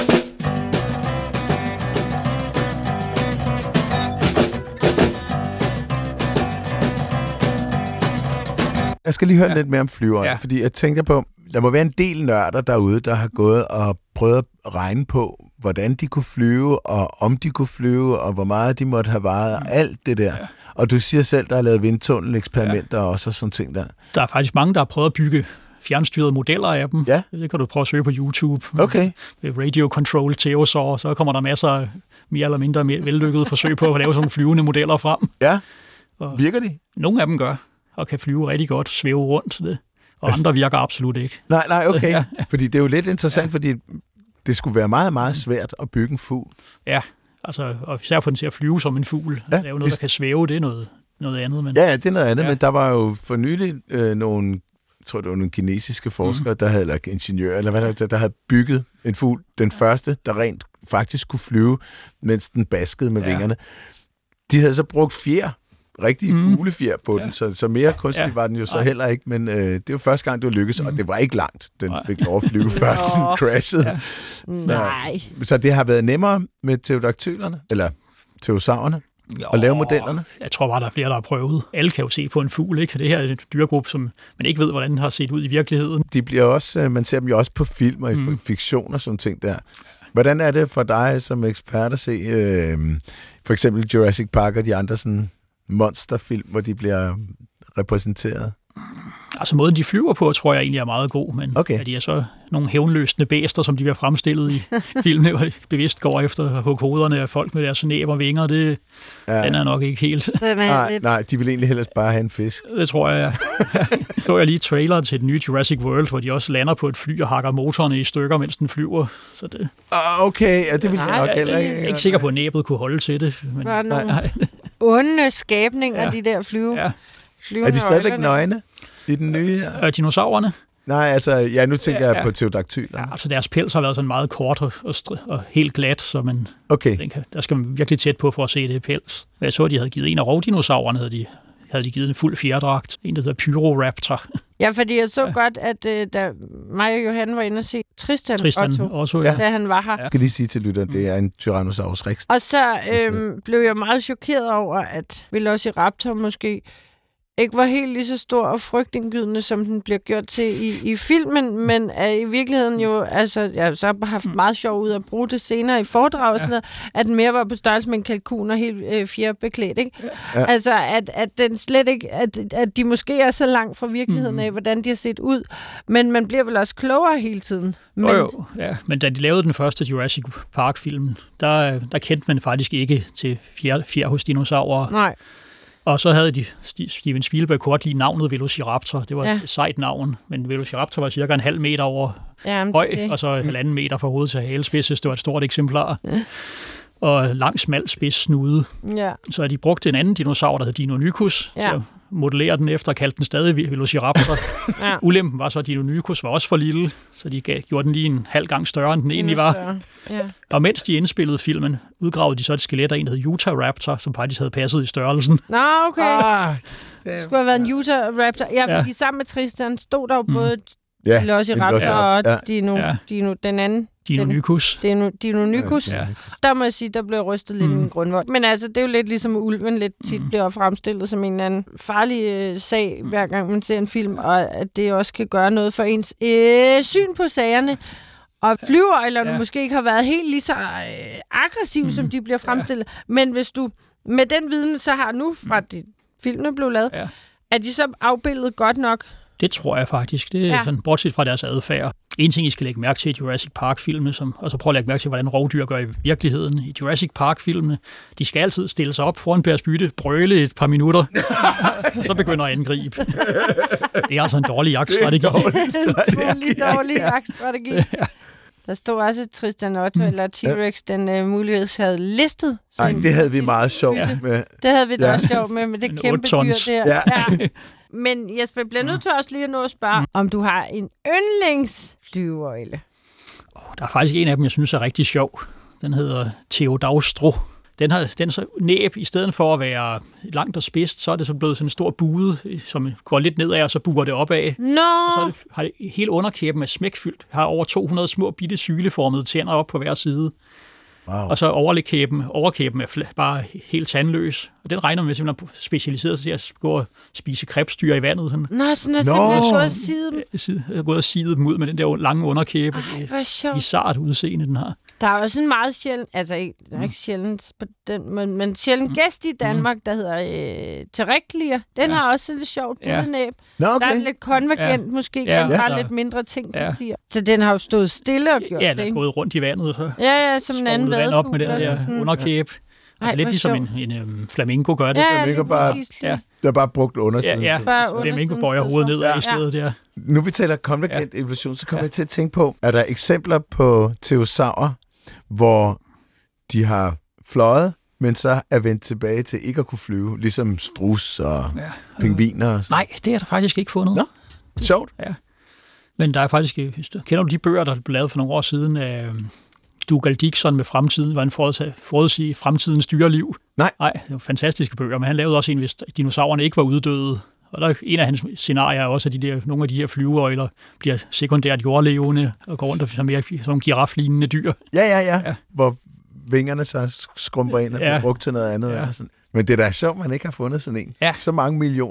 Jeg skal lige høre lidt mere om flyveren, fordi jeg tænker på, der må være en del nørder derude, der har gået og prøvet at regne på, hvordan de kunne flyve, og om de kunne flyve, og hvor meget de måtte have vejet, og alt det der. Ja. Og du siger selv, der er lavet vindtunnel-eksperimenter og også sådan ting der. Der
er faktisk mange, der har prøvet at bygge fjernstyrede modeller af dem.
Ja.
Det kan du prøve at søge på YouTube.
Okay.
Med Radio Control Theosaur, så kommer der masser af mere eller mindre vellykkede forsøg på at lave sådan flyvende modeller frem.
Ja. Og virker de?
Nogle af dem gør, og kan flyve rigtig godt, svæve rundt. Og andre virker absolut ikke.
Nej, okay. Fordi det er jo lidt interessant, fordi det skulle være meget, meget svært at bygge en fugl.
Ja, altså, og især for den til at flyve som en fugl. Ja, lave noget, der kan svæve, det er noget andet. Men...
Ja, det er noget andet, men der var jo for nylig nogle, jeg tror det var nogle kinesiske forskere, eller ingeniører, eller hvad der havde bygget en fugl. Den første, der rent faktisk kunne flyve, mens den baskede med vingerne. De havde så brugt fjer, rigtige fuglefjer på den, så mere kunstig var den jo så heller ikke, men det var første gang, det var lykkedes, og det var ikke langt, den fik lov at flyve, før den crashede. Så det har været nemmere med pterodaktylerne, eller pterosaurerne, at lave modellerne?
Jeg tror bare, der er flere, der har prøvet. Alle kan jo se på en fugl, ikke? Det her er en dyregruppe, som man ikke ved, hvordan den har set ud i virkeligheden.
De bliver også, man ser dem jo også på film og i fiktioner, som ting der. Hvordan er det for dig som ekspert at se for eksempel Jurassic Park og de andre sådan monsterfilm, hvor de bliver repræsenteret?
Altså måden, de flyver på, tror jeg egentlig er meget god, men at de er så nogle hævnløsende bæster, som de bliver fremstillet i filmene, hvor de bevidst går efter at hugge hovederne af folk med deres næb og vinger, den er nok ikke helt...
Nej, de vil egentlig helst bare have en fisk.
Det tror jeg, ja. Så jeg lige traileren til den nye Jurassic World, hvor de også lander på et fly og hakker motorerne i stykker, mens den flyver. Så det...
Okay, ja, det vil jeg nok heller ikke.
Jeg er ikke sikker på, at næbet kunne holde til det. Men...
Bare nogle onde skabninger, de der flyver.
Ja. Er de stadigvæk nøgne i den nye?
Dinosaurerne?
Nej, altså, nu tænker jeg på pterodactyler.
Ja, altså deres pels har været sådan meget kort og helt glat, så man, der skal man virkelig tæt på for at se det pels. Jeg så, at de havde givet en af rovdinosaurerne, havde de givet en fuld fjerdragt. En, der hedder Pyroraptor.
Ja, fordi jeg så godt, at da mig og Johan var inde og se Tristan
Otto,
da han var her.
Jeg skal lige sige til lytteren, det er en Tyrannosaurus rex.
Og så blev jeg meget chokeret over, at Velociraptor måske ikke var helt lige så stor og frygtindgydende, som den bliver gjort til i filmen, men er i virkeligheden jo, altså, jeg har så haft meget sjov ud at bruge det senere i foredrag og sådan noget, at den mere var på størrelse med en kalkun og helt fjerbeklædt, ikke? Ja. Altså, at den slet ikke, at de måske er så langt fra virkeligheden af, hvordan de har set ud, men man bliver vel også klogere hele tiden. Men...
men da de lavede den første Jurassic Park-film, der kendte man faktisk ikke til fjer hos dinosaurer.
Nej.
Og så havde de Steven Spielberg kort lige navnet Velociraptor. Det var et sejt navn, men Velociraptor var cirka 1,5 meter over høj, og så 1,5 meter fra hovedet til halespids. Det var et stort eksemplar. Og lang, smal, spids snude. Ja. Så de brugte en anden dinosaur, der hed Deinonychus, til at modellere den efter og kaldte den stadig Velociraptor. Ulempen var så, at Deinonychus var også for lille, så de gjorde den lige en halv gang større, end den egentlig var. Ja. Og mens de indspillede filmen, udgravede de så et skelet af en, der hed Utahraptor, som faktisk havde passet i størrelsen.
Nå, okay. Det skulle have været en Utahraptor. Ja, fordi sammen med Tristan stod der jo både Velociraptor og den anden.
Deinonychus.
Deinonychus. Ja. Der må jeg sige, der blev rystet lidt i min grundvold. Men altså, det er jo lidt ligesom ulven lidt tit bliver fremstillet som en eller anden farlig sag, hver gang man ser en film, og at det også kan gøre noget for ens syn på sagerne. Og flyveøjlerne måske ikke har været helt lige så aggressive, som de bliver fremstillet. Men hvis du med den viden, så har nu fra de filmene blev lavet, er de så afbildet godt nok?
Det tror jeg faktisk. Det er sådan, bortset fra deres adfærd. En ting, I skal lægge mærke til i Jurassic Park-filmene, og så prøv at lægge mærke til, hvordan rovdyr gør i virkeligheden. I Jurassic Park-filmene, de skal altid stille sig op foran deres bytte, brøle et par minutter, og så begynder at angribe. Det er altså en dårlig jagtstrategi.
Dårlig jagtstrategi. Der stod også Tristan Otto eller T-Rex, den mulighed havde listet.
Nej, det havde vi meget sjovt med.
Det havde vi da også sjovt med det kæmpe dyr der. Ja. Men Jesper, bliver nødt til også lige at nå at spørge, om du har en yndlingsflyveøgle.
Der er faktisk en af dem, jeg synes er rigtig sjov. Den hedder Theodaustro. Den er så næb, i stedet for at være langt og spidst, så er det så blevet sådan en stor bude, som går lidt nedad, og så buer det opad.
No.
Og så har det hele underkæben er smækfyldt. Har over 200 små bitte syleformede tænder op på hver side. Wow. Og så overkæben er bare helt tandløs. Og den regner med simpelthen specialiseret sig til at gå og spise krebsdyr i vandet. Sådan.
Nå, sådan er simpelthen gået og sidet dem.
Jeg har gået og sidet dem ud med den der lange underkæbe.
Ej, hvor sjovt.
Bizarrt udseende, den har.
Der er også en meget sjælden, altså ikke sjældent på den, men sjælden gæst i Danmark, der hedder Tereklier. Den har også sådan lidt sjovt budenæb.
Nå, okay.
Der er lidt konvergent måske, den har lidt mindre ting, der siger. Så den har jo stået stille og gjort det,
den er gået rundt i vandet. Så
som en anden vadefugl.
Op med den der underkæbe. Det er lidt ligesom en flamingo gør det.
Ja,
det er bare brugt undersiden.
Ja. Flamingo bøjer hovedet nedad i stedet der.
Nu vi taler konvergent evolution, så kommer jeg til at tænke på, er der eksempler på pterosaurer, hvor de har fløjet, men så er vendt tilbage til ikke at kunne flyve, ligesom strus og pingviner og sådan.
Nej, det er der faktisk ikke fundet.
Nå, sjovt.
Ja. Men der er faktisk, kender du de bøger, der blev lavet for nogle år siden af Dougal Dixon med fremtiden, hvor han forudsige fremtidens dyreliv?
Nej,
det var fantastiske bøger, men han lavede også en, hvis dinosaurerne ikke var uddøde. Og der er en af hans scenarier er også, at nogle af de her flyveøjler bliver sekundært jordlevende og går rundt og bliver mere som giraflignende dyr.
Ja. Hvor vingerne så skrumper ind og bliver brugt til noget andet. Ja. Sådan. Men det er da sjovt, man ikke har fundet sådan en. Ja. Så mange millioner år.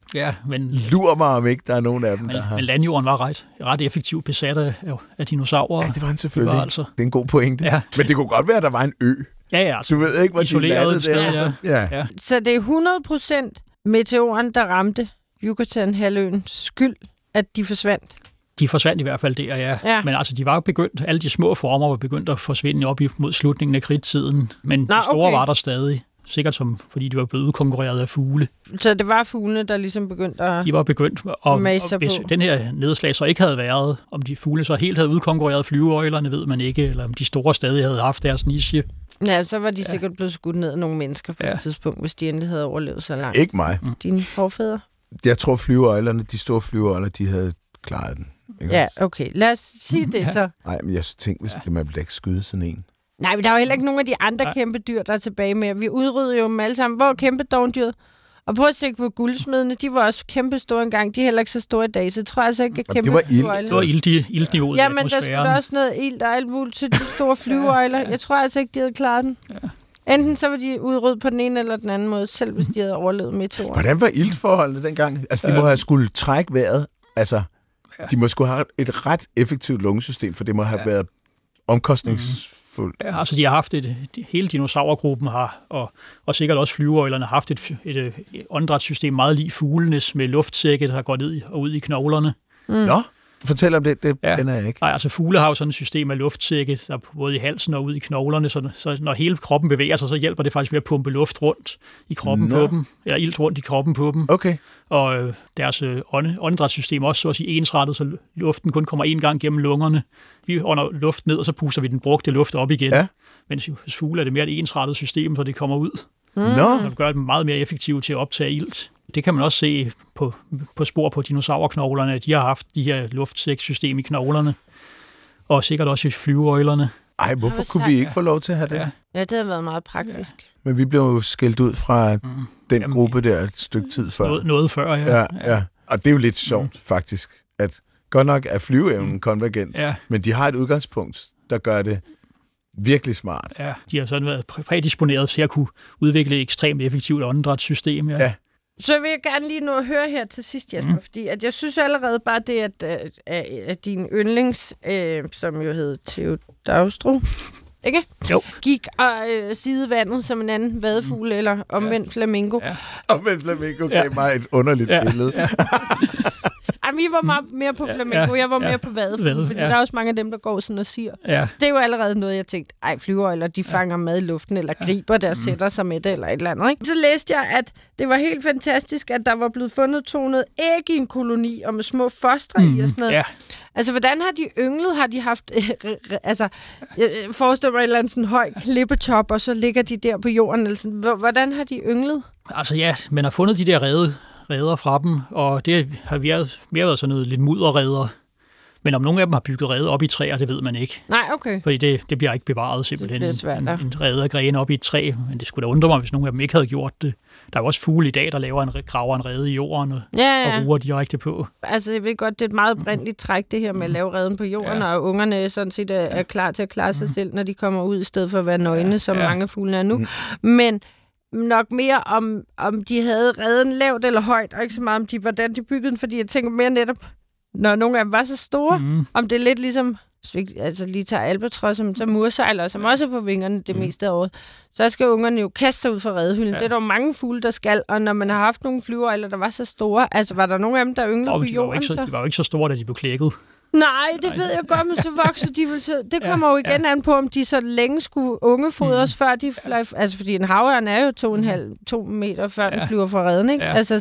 Ja, men...
Lurer mig, om ikke der er nogen af dem, der har...
Men landjorden var ret effektivt besat af dinosaurer.
Ja, det var han selvfølgelig.
Altså...
Det er en god pointe. Ja. Men det kunne godt være, at der var en ø.
Ja, altså.
Du ved ikke, hvor de landede der.
Ja. Så det er 100% meteoren, der ramte Yucatan-halvøen skyld, at de forsvandt?
De forsvandt i hvert fald der, ja. Men altså, de var jo begyndt, alle de små former var begyndt at forsvinde op mod slutningen af kridttiden. Men de store var der stadig. Sikkert fordi de var blevet udkonkurreret af fugle.
Så det var fuglene, der ligesom begyndte at...
De var begyndt, og hvis den her nedslag så ikke havde været, om de fugle så helt havde udkonkurreret flyveøglerne, ved man ikke, eller om de store stadig havde haft deres niche.
Ja, så var de sikkert blevet skudt ned af nogle mennesker på et tidspunkt, hvis de endelig havde overlevet så langt.
Ikke mig.
Dine forfædre?
Jeg tror, de store flyveøgler, de havde klaret den.
Ja, okay. Lad os sige det så.
Nej, men jeg tænkte, hvis man ville ikke skyde sådan en.
Nej, men der er jo heller ikke nogen af de andre kæmpe dyr, der er tilbage med. Vi udryddede jo dem alle sammen. Hvor er kæmpe dovendyret? Og prøv at se på guldsmedene. De var også kæmpe store engang. De er heller ikke så store i dag, så jeg tror altså ikke, at kæmpe flyveøjler...
Det var iltniveauet i
atmosfæren. Ja, men der skulle også noget ilt og alt muligt til de store flyveøjler. Jeg tror altså ikke, de havde klaret den. Ja. Enten så var de udryddet på den ene eller den anden måde, selv hvis de havde overlevet meteoren.
Hvordan var iltforholdene dengang? Altså, de må have skulle trække vejret. Altså, de må skulle have et ret effektivt lungesystem, for det må have været omkostningsfuldt.
Ja, altså de har haft hele dinosaurgruppen har, og sikkert også flyveøglerne har haft et åndedrætssystem meget lig fuglenes med luftsække, der har gået ned og ud i knoglerne.
Nå, fortæl om det kender jeg ikke.
Nej, altså fugle har jo sådan et system af luftsække, der både i halsen og ud i knoglerne, så når hele kroppen bevæger sig, så hjælper det faktisk med at pumpe luft rundt i kroppen på dem, eller ilt rundt i kroppen på dem.
Okay.
Og deres åndedrætssystem også så at sige ensrettet, så luften kun kommer en gang gennem lungerne. Vi ånder luft ned, og så puster vi den brugte luft op igen. Ja. Mens hos fugle er det mere et ensrettet system, så det kommer ud. Så det gør det meget mere effektivt til at optage ilt. Det kan man også se på spor på dinosaurknoglerne. De har haft de her luftsæksystem i knoglerne, og sikkert også i flyveøglerne.
Ej, hvorfor kunne vi ikke få lov til at have det?
Ja, det har været meget praktisk. Ja.
Men vi blev jo skældt ud fra den gruppe der et stykke tid før.
Noget før, ja.
Og det er jo lidt sjovt, faktisk, at godt nok er flyveevnen konvergent, men de har et udgangspunkt, der gør det virkelig smart.
Ja, de har sådan været prædisponeret til at kunne udvikle et ekstremt effektivt åndedrætssystem. Ja.
Så vil jeg gerne lige nå at høre her til sidst, Jesper, fordi at jeg synes allerede bare det, at din yndlings, som jo hed Theodaustro, ikke?
Jo.
Gik og sidede vandet som en anden vadefugl eller omvendt flamingo.
Ja. Omvendt flamingo gav mig et underligt billede. Ja.
Jamen, vi var meget mere på flamingo, jeg var mere på vadefugl, fordi der er også mange af dem, der går sådan og siger. Ja. Det er jo allerede noget, jeg tænkte, flyveøgler, de fanger mad i luften, eller griber, der sætter sig med det, eller et eller andet. Ikke? Så læste jeg, at det var helt fantastisk, at der var blevet fundet 200 æg i en koloni, og med små fostre i og sådan noget. Ja. Altså, hvordan har de ynglet? Har de haft... jeg forestiller mig et eller andet sådan høj klippetop, og så ligger de der på jorden. Eller sådan. Hvordan har de ynglet?
Altså man har fundet de der reder fra dem, og det har mere været sådan noget lidt mudderreder. Men om nogle af dem har bygget rede op i træer, det ved man ikke.
Nej, okay.
Fordi det bliver ikke bevaret simpelthen.
Det er svært,
en rede af grene op i et træ, men det skulle da undre mig, hvis nogle af dem ikke havde gjort det. Der er jo også fugle i dag, der graver en rede i jorden og ruer direkte på. Altså,
jeg ved godt, det er et meget brændeligt træk, det her med at lave reden på jorden, og ungerne sådan set er klar til at klare sig selv, når de kommer ud, i stedet for at være nøgne, som mange fugle er nu. Men nok mere om de havde reden lavt eller højt, og ikke så meget om hvordan de byggede den, fordi jeg tænker mere netop, når nogle af dem var så store, om det er lidt ligesom, altså lige tager albatrosser, så mursejler, som også er på vingerne det meste af året, så skal ungerne jo kaste sig ud fra redehylden. Ja. Det er der jo mange fugle, der skal, og når man har haft nogle flyveøgler, der var så store, altså var der nogle af dem, der ynglede på jorden?
De var jo ikke så store, da de blev klækket.
Nej, det ved jeg godt, men så vokser de vel så... Det kommer jo igen an på, om de så længe skulle ungefodres, før de flyver... Altså, fordi en havørn er jo 2 meter, før den flyver fra reden, ikke? Ja. Altså,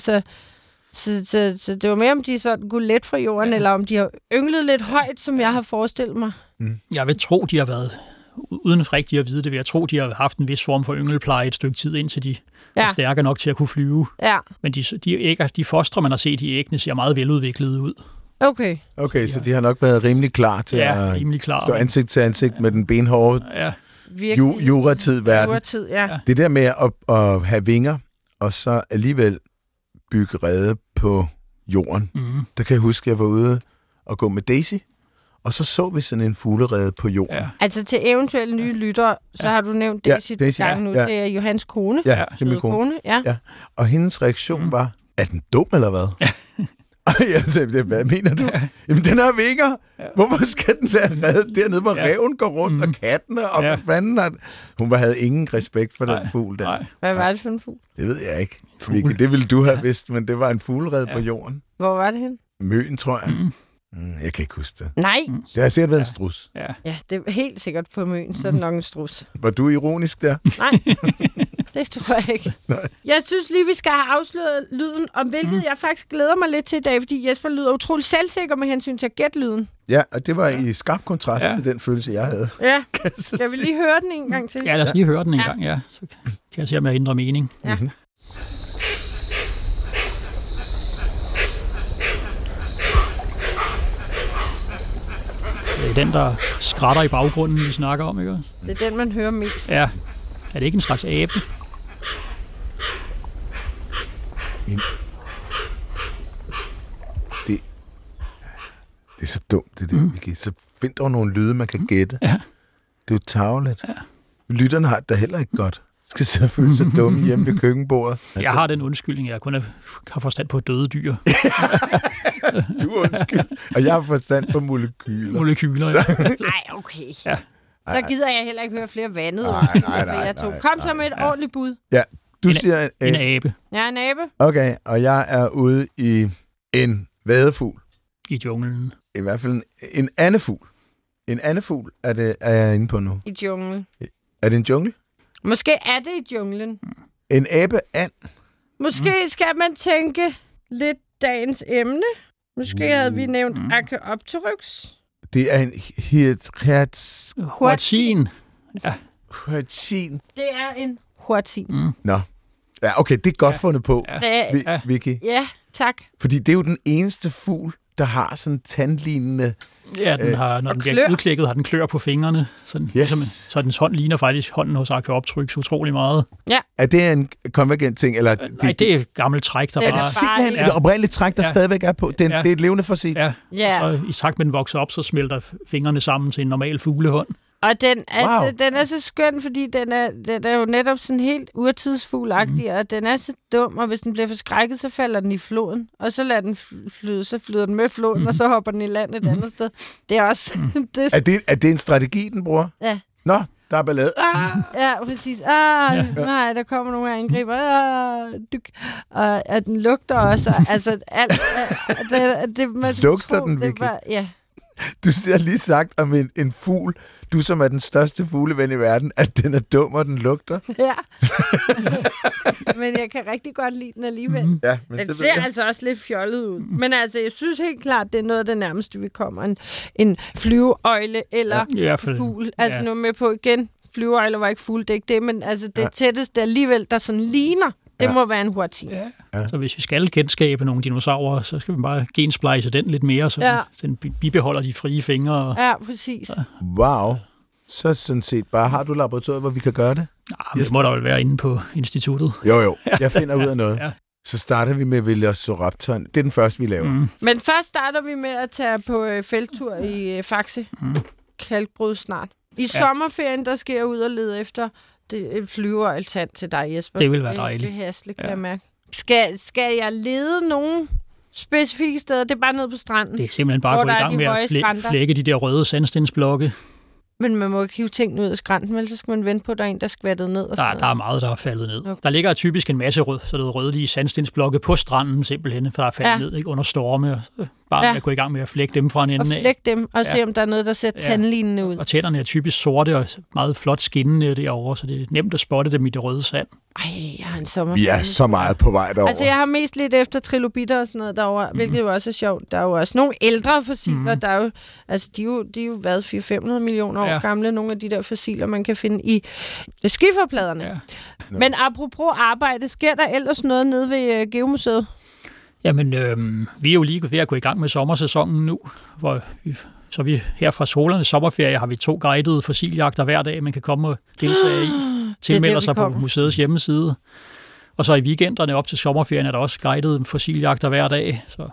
så det var mere, om de sådan kunne let fra jorden, eller om de har ynglet lidt højt, som jeg har forestillet mig.
Jeg vil tro, de har været... Uden rigtigt at vide det, vil jeg tro, de har haft en vis form for yngelpleje et stykke tid, indtil de er stærke nok til at kunne flyve. Ja. Men de fostre, man har set i æggene, ser meget veludviklede ud.
Okay, så de har nok været rimelig klar til at stå ansigt til ansigt med den benhårde juratid-verden. Det der med at have vinger, og så alligevel bygge rede på jorden. Der kan jeg huske, at jeg var ude og gå med Daisy, og så vi sådan en fuglerede på jorden. Ja.
Altså til eventuelle nye lyttere, så har du nævnt Daisy gang nu. Det er Johans kone.
Ja, det er min kone. Ja. Og hendes reaktion var Er den dum, eller hvad? Ja. Jeg sagde, hvad mener du? Ja. Jamen, den har vinger. Ja. Hvorfor skal den der redde dernede, hvor ræven går rundt, og kattene, og hvad fanden har... Hun havde ingen respekt for den fugl der.
Nej. Hvad var det for en fugl?
Det ved jeg ikke. Det ville du have vidst, men det var en fuglered på jorden.
Hvor var det henne?
Møn, tror jeg. Jeg kan ikke huske det.
Nej.
Det har sikkert været en strus.
Ja, det er helt sikkert på Møn, så er det nok en strus.
Var du ironisk der?
Nej, det tror jeg ikke. Nej. Jeg synes lige, vi skal have afsløret lyden, om hvilket jeg faktisk glæder mig lidt til i dag, fordi Jesper lyder utrolig selvsikker med hensyn til at gætte lyden.
Ja, og det var i skarp kontrast til den følelse, jeg havde.
Ja, jeg vil lige høre den en gang til.
Ja, lad os lige høre den en gang, ja. Så kan jeg se, om jeg ændrer mening.
Ja.
Det er den, der skratter i baggrunden, vi snakker om, ikke?
Det er den, man hører mest.
Ja. Er det ikke en slags abe?
Det er så dumt, det der. Så find dog nogle lyde, man kan gætte.
Ja.
Det er jo tarveligt. Ja. Lytterne har det da heller ikke godt. Skal så føle sig dumme hjemme ved køkkenbordet.
Jeg har den undskyldning, jeg kun har forstand på døde dyr.
Du undskyld. Og jeg har forstand på molekyler.
Molekyler, ja.
Nej, okay. Ja. Så gider jeg heller ikke høre flere vandede.
Nej.
Kom så med et ordentligt bud.
Ja, du siger...
En abe.
Ja, en abe.
Okay, og jeg er ude i en vadefugl.
I junglen.
I hvert fald en andefugl. En andefugl er jeg inde på nu.
I junglen.
Er det en jungle?
Måske er det i junglen.
En abe-and.
Måske skal man tænke lidt dagens emne. Måske havde vi nævnt Archaeopteryx.
Det er en
huatin. Ja.
Huatin.
Det er en huatin.
Nå. Ja, okay, det er godt fundet på, Vicky.
Ja, tak.
Fordi det er jo den eneste fugl, der har sådan tandlignende...
Ja, den har, når den bliver udklækket, har den klør på fingrene. Sådan, så dens hånd ligner faktisk hånden hos Archaeopteryx utrolig meget.
Ja.
Er det en konvergent ting? Eller
nej, det er et gammelt træk, der
bare... Er det simpelthen et oprindeligt træk, der stadigvæk er på? Det er et levende fossil?
Ja. Så i takt med den vokser op, så smelter fingrene sammen til en normal fuglehånd.
Og den er så skøn, fordi den er jo netop sådan helt urtidsfuglagtig, og den er så dum, og hvis den bliver forskrækket, så falder den i floden, og så lader den flyde, så flyder den med floden, og så hopper den i land et andet sted. Det er også...
Er det en strategi, den bruger?
Ja.
Nå, der er ballade.
Ja, præcis. Nej, der kommer nogle af angriber. Og den lugter også. Altså, alt...
Lugter den, Vicky?
Ja.
Du siger lige sagt om en fugl, du som er den største fugleven i verden, at den er dum, og den lugter.
Ja. Men jeg kan rigtig godt lide den alligevel.
Ja,
den ser altså også lidt fjollet ud. Men altså, jeg synes helt klart, det er noget af det nærmeste, vi kommer. En flyveøgle eller fugl. Altså nu med på igen. Flyveøgle var ikke fugl, det er ikke det, men altså det tætteste alligevel, der sådan ligner, det må være en huatin.
Ja. Så hvis vi skal genskabe nogle dinosaurer, så skal vi bare gensplice den lidt mere, så den bibeholder de frie fingre.
Ja, præcis. Ja.
Wow. Så sådan set bare, har du laboratoriet, hvor vi kan gøre det?
Ja, det må der vel være inde på instituttet.
Jo. Jeg finder ud af noget. Ja. Så starter vi med Velociraptoren. Det er den første, vi laver.
Men først starter vi med at tage på felttur i Faxe. Kalkbrud snart. I sommerferien, der skal jeg ud og lede efter det flyver altid til dig, Jesper.
Det vil være dejligt.
Det hæsligt, kan jeg mærke. Skal jeg lede nogle specifikke steder? Det er bare nede på stranden.
Det er simpelthen bare at gå i gang med at flække de der røde sandstensblokke.
Men man må ikke hive tingene ud af skrænten, vel? Så skal man vente på, at der er en, der skvattede ned. Og
der er meget, der er faldet ned. Okay. Der ligger typisk en masse rødlige sandstensblokke på stranden simpelthen, for der er faldet ned ikke, under storme. Bare at gå i gang med at flække dem fra en ende af.
Og flække dem, og se om der er noget, der ser tandlignende ud.
Og tænderne er typisk sorte og meget flot skinnende derovre, så det er nemt at spotte dem i det røde sand.
Ej, jeg har en sommer.
Vi er så meget på vej derover.
Altså, jeg har mest lidt efter trilobitter og sådan noget derovre, hvilket jo også er sjovt. Der er jo også nogle ældre fossiler, der er jo, altså, de er jo været 400-500 millioner år gamle, nogle af de der fossiler, man kan finde i skiferpladerne. Ja. Men apropos arbejde, sker der ellers noget nede ved Geomuseet?
Jamen, vi er jo lige ved at gå i gang med sommersæsonen nu, så vi her fra Solernes sommerferie har vi 2 guidede fossiljagter hver dag, man kan komme og deltage i. Tilmelder sig på museets hjemmeside. Og så i weekenderne op til sommerferien er der også guidede fossiljagter hver dag. Så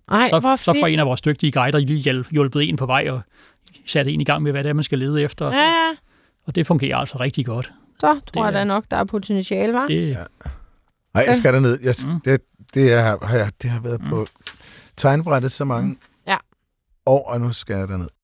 får en af vores dygtige guider lige hjulpet en på vej og sat en i gang med, hvad det er, man skal lede efter.
Ja.
Og det fungerer altså rigtig godt.
Så tror jeg da nok, der er potentiale, hva'?
Nej, jeg skal derned. Det har været på tegnebrættet så mange år, og nu skal jeg derned.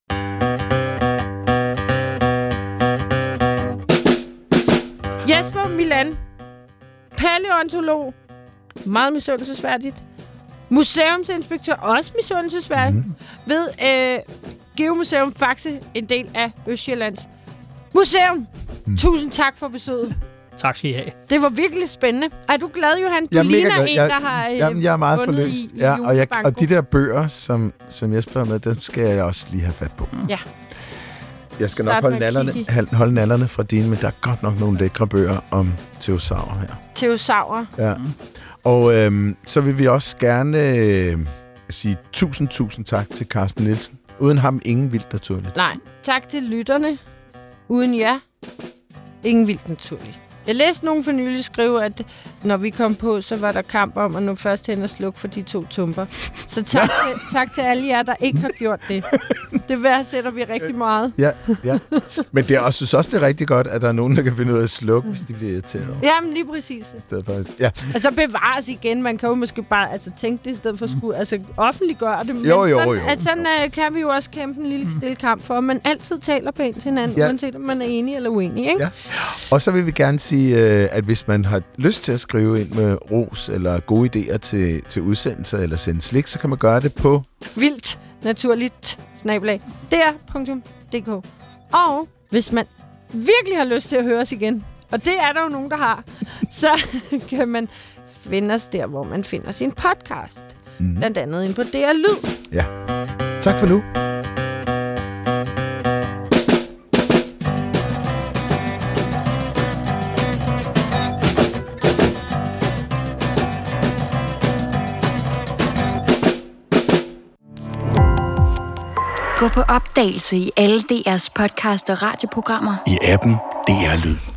Jesper Milan, palæontolog, meget misundelsesværdigt. Museumsinspektør, også misundelsesværdigt. Ved Geomuseum Faxe, en del af Østjyllands Museum. Tusind tak for besøget.
Tak skal I have.
Det var virkelig spændende. Er du glad, Johan? Du ligner en, der har
jeg er meget forløst. Og de der bøger, som Jesper har med, dem skal jeg også lige have fat på.
Ja.
Jeg skal nok holde nallerne fra dine, men der er godt nok nogle lækre bøger om pterosaurer her.
Pterosaurer.
Ja. Og så vil vi også gerne sige tusind tak til Carsten Nielsen. Uden ham, ingen vildt naturligt.
Nej. Tak til lytterne. Uden jer, ingen vildt naturligt. Jeg læste nogen for nylig skrive, at når vi kom på, så var der kamp om at nå først hen og slukke for de 2 tumper. Så tak til alle jer, der ikke har gjort det. Det værdsætter vi rigtig meget.
Ja. Men det er også, synes også, det er rigtig godt, at der er nogen, der kan finde ud af at slukke, hvis de bliver irriteret.
Jamen, lige præcis.
I stedet for, ja.
Altså bevares igen. Man kan jo måske bare tænke det, i stedet for at skulle offentliggøre det. Men
jo.
sådan kan vi jo også kæmpe en lille stille kamp for, at man altid taler pænt til hinanden, uanset om man er enig eller uenig, ikke?
Ja. Og så vil vi gerne sige, at hvis man har lyst til at skrive ind med ros eller gode idéer til udsendelser eller sende slik, så kan man gøre det på vildtnaturligt@dr.dk. Og hvis man virkelig har lyst til at høre os igen, og det er der jo nogen, der har, så kan man finde os der, hvor man finder sin podcast. Blandt andet inde på DR Lyd. Ja. Tak for nu.
Gå på opdagelse i alle DR's podcast og radioprogrammer.
I appen DR Lyd.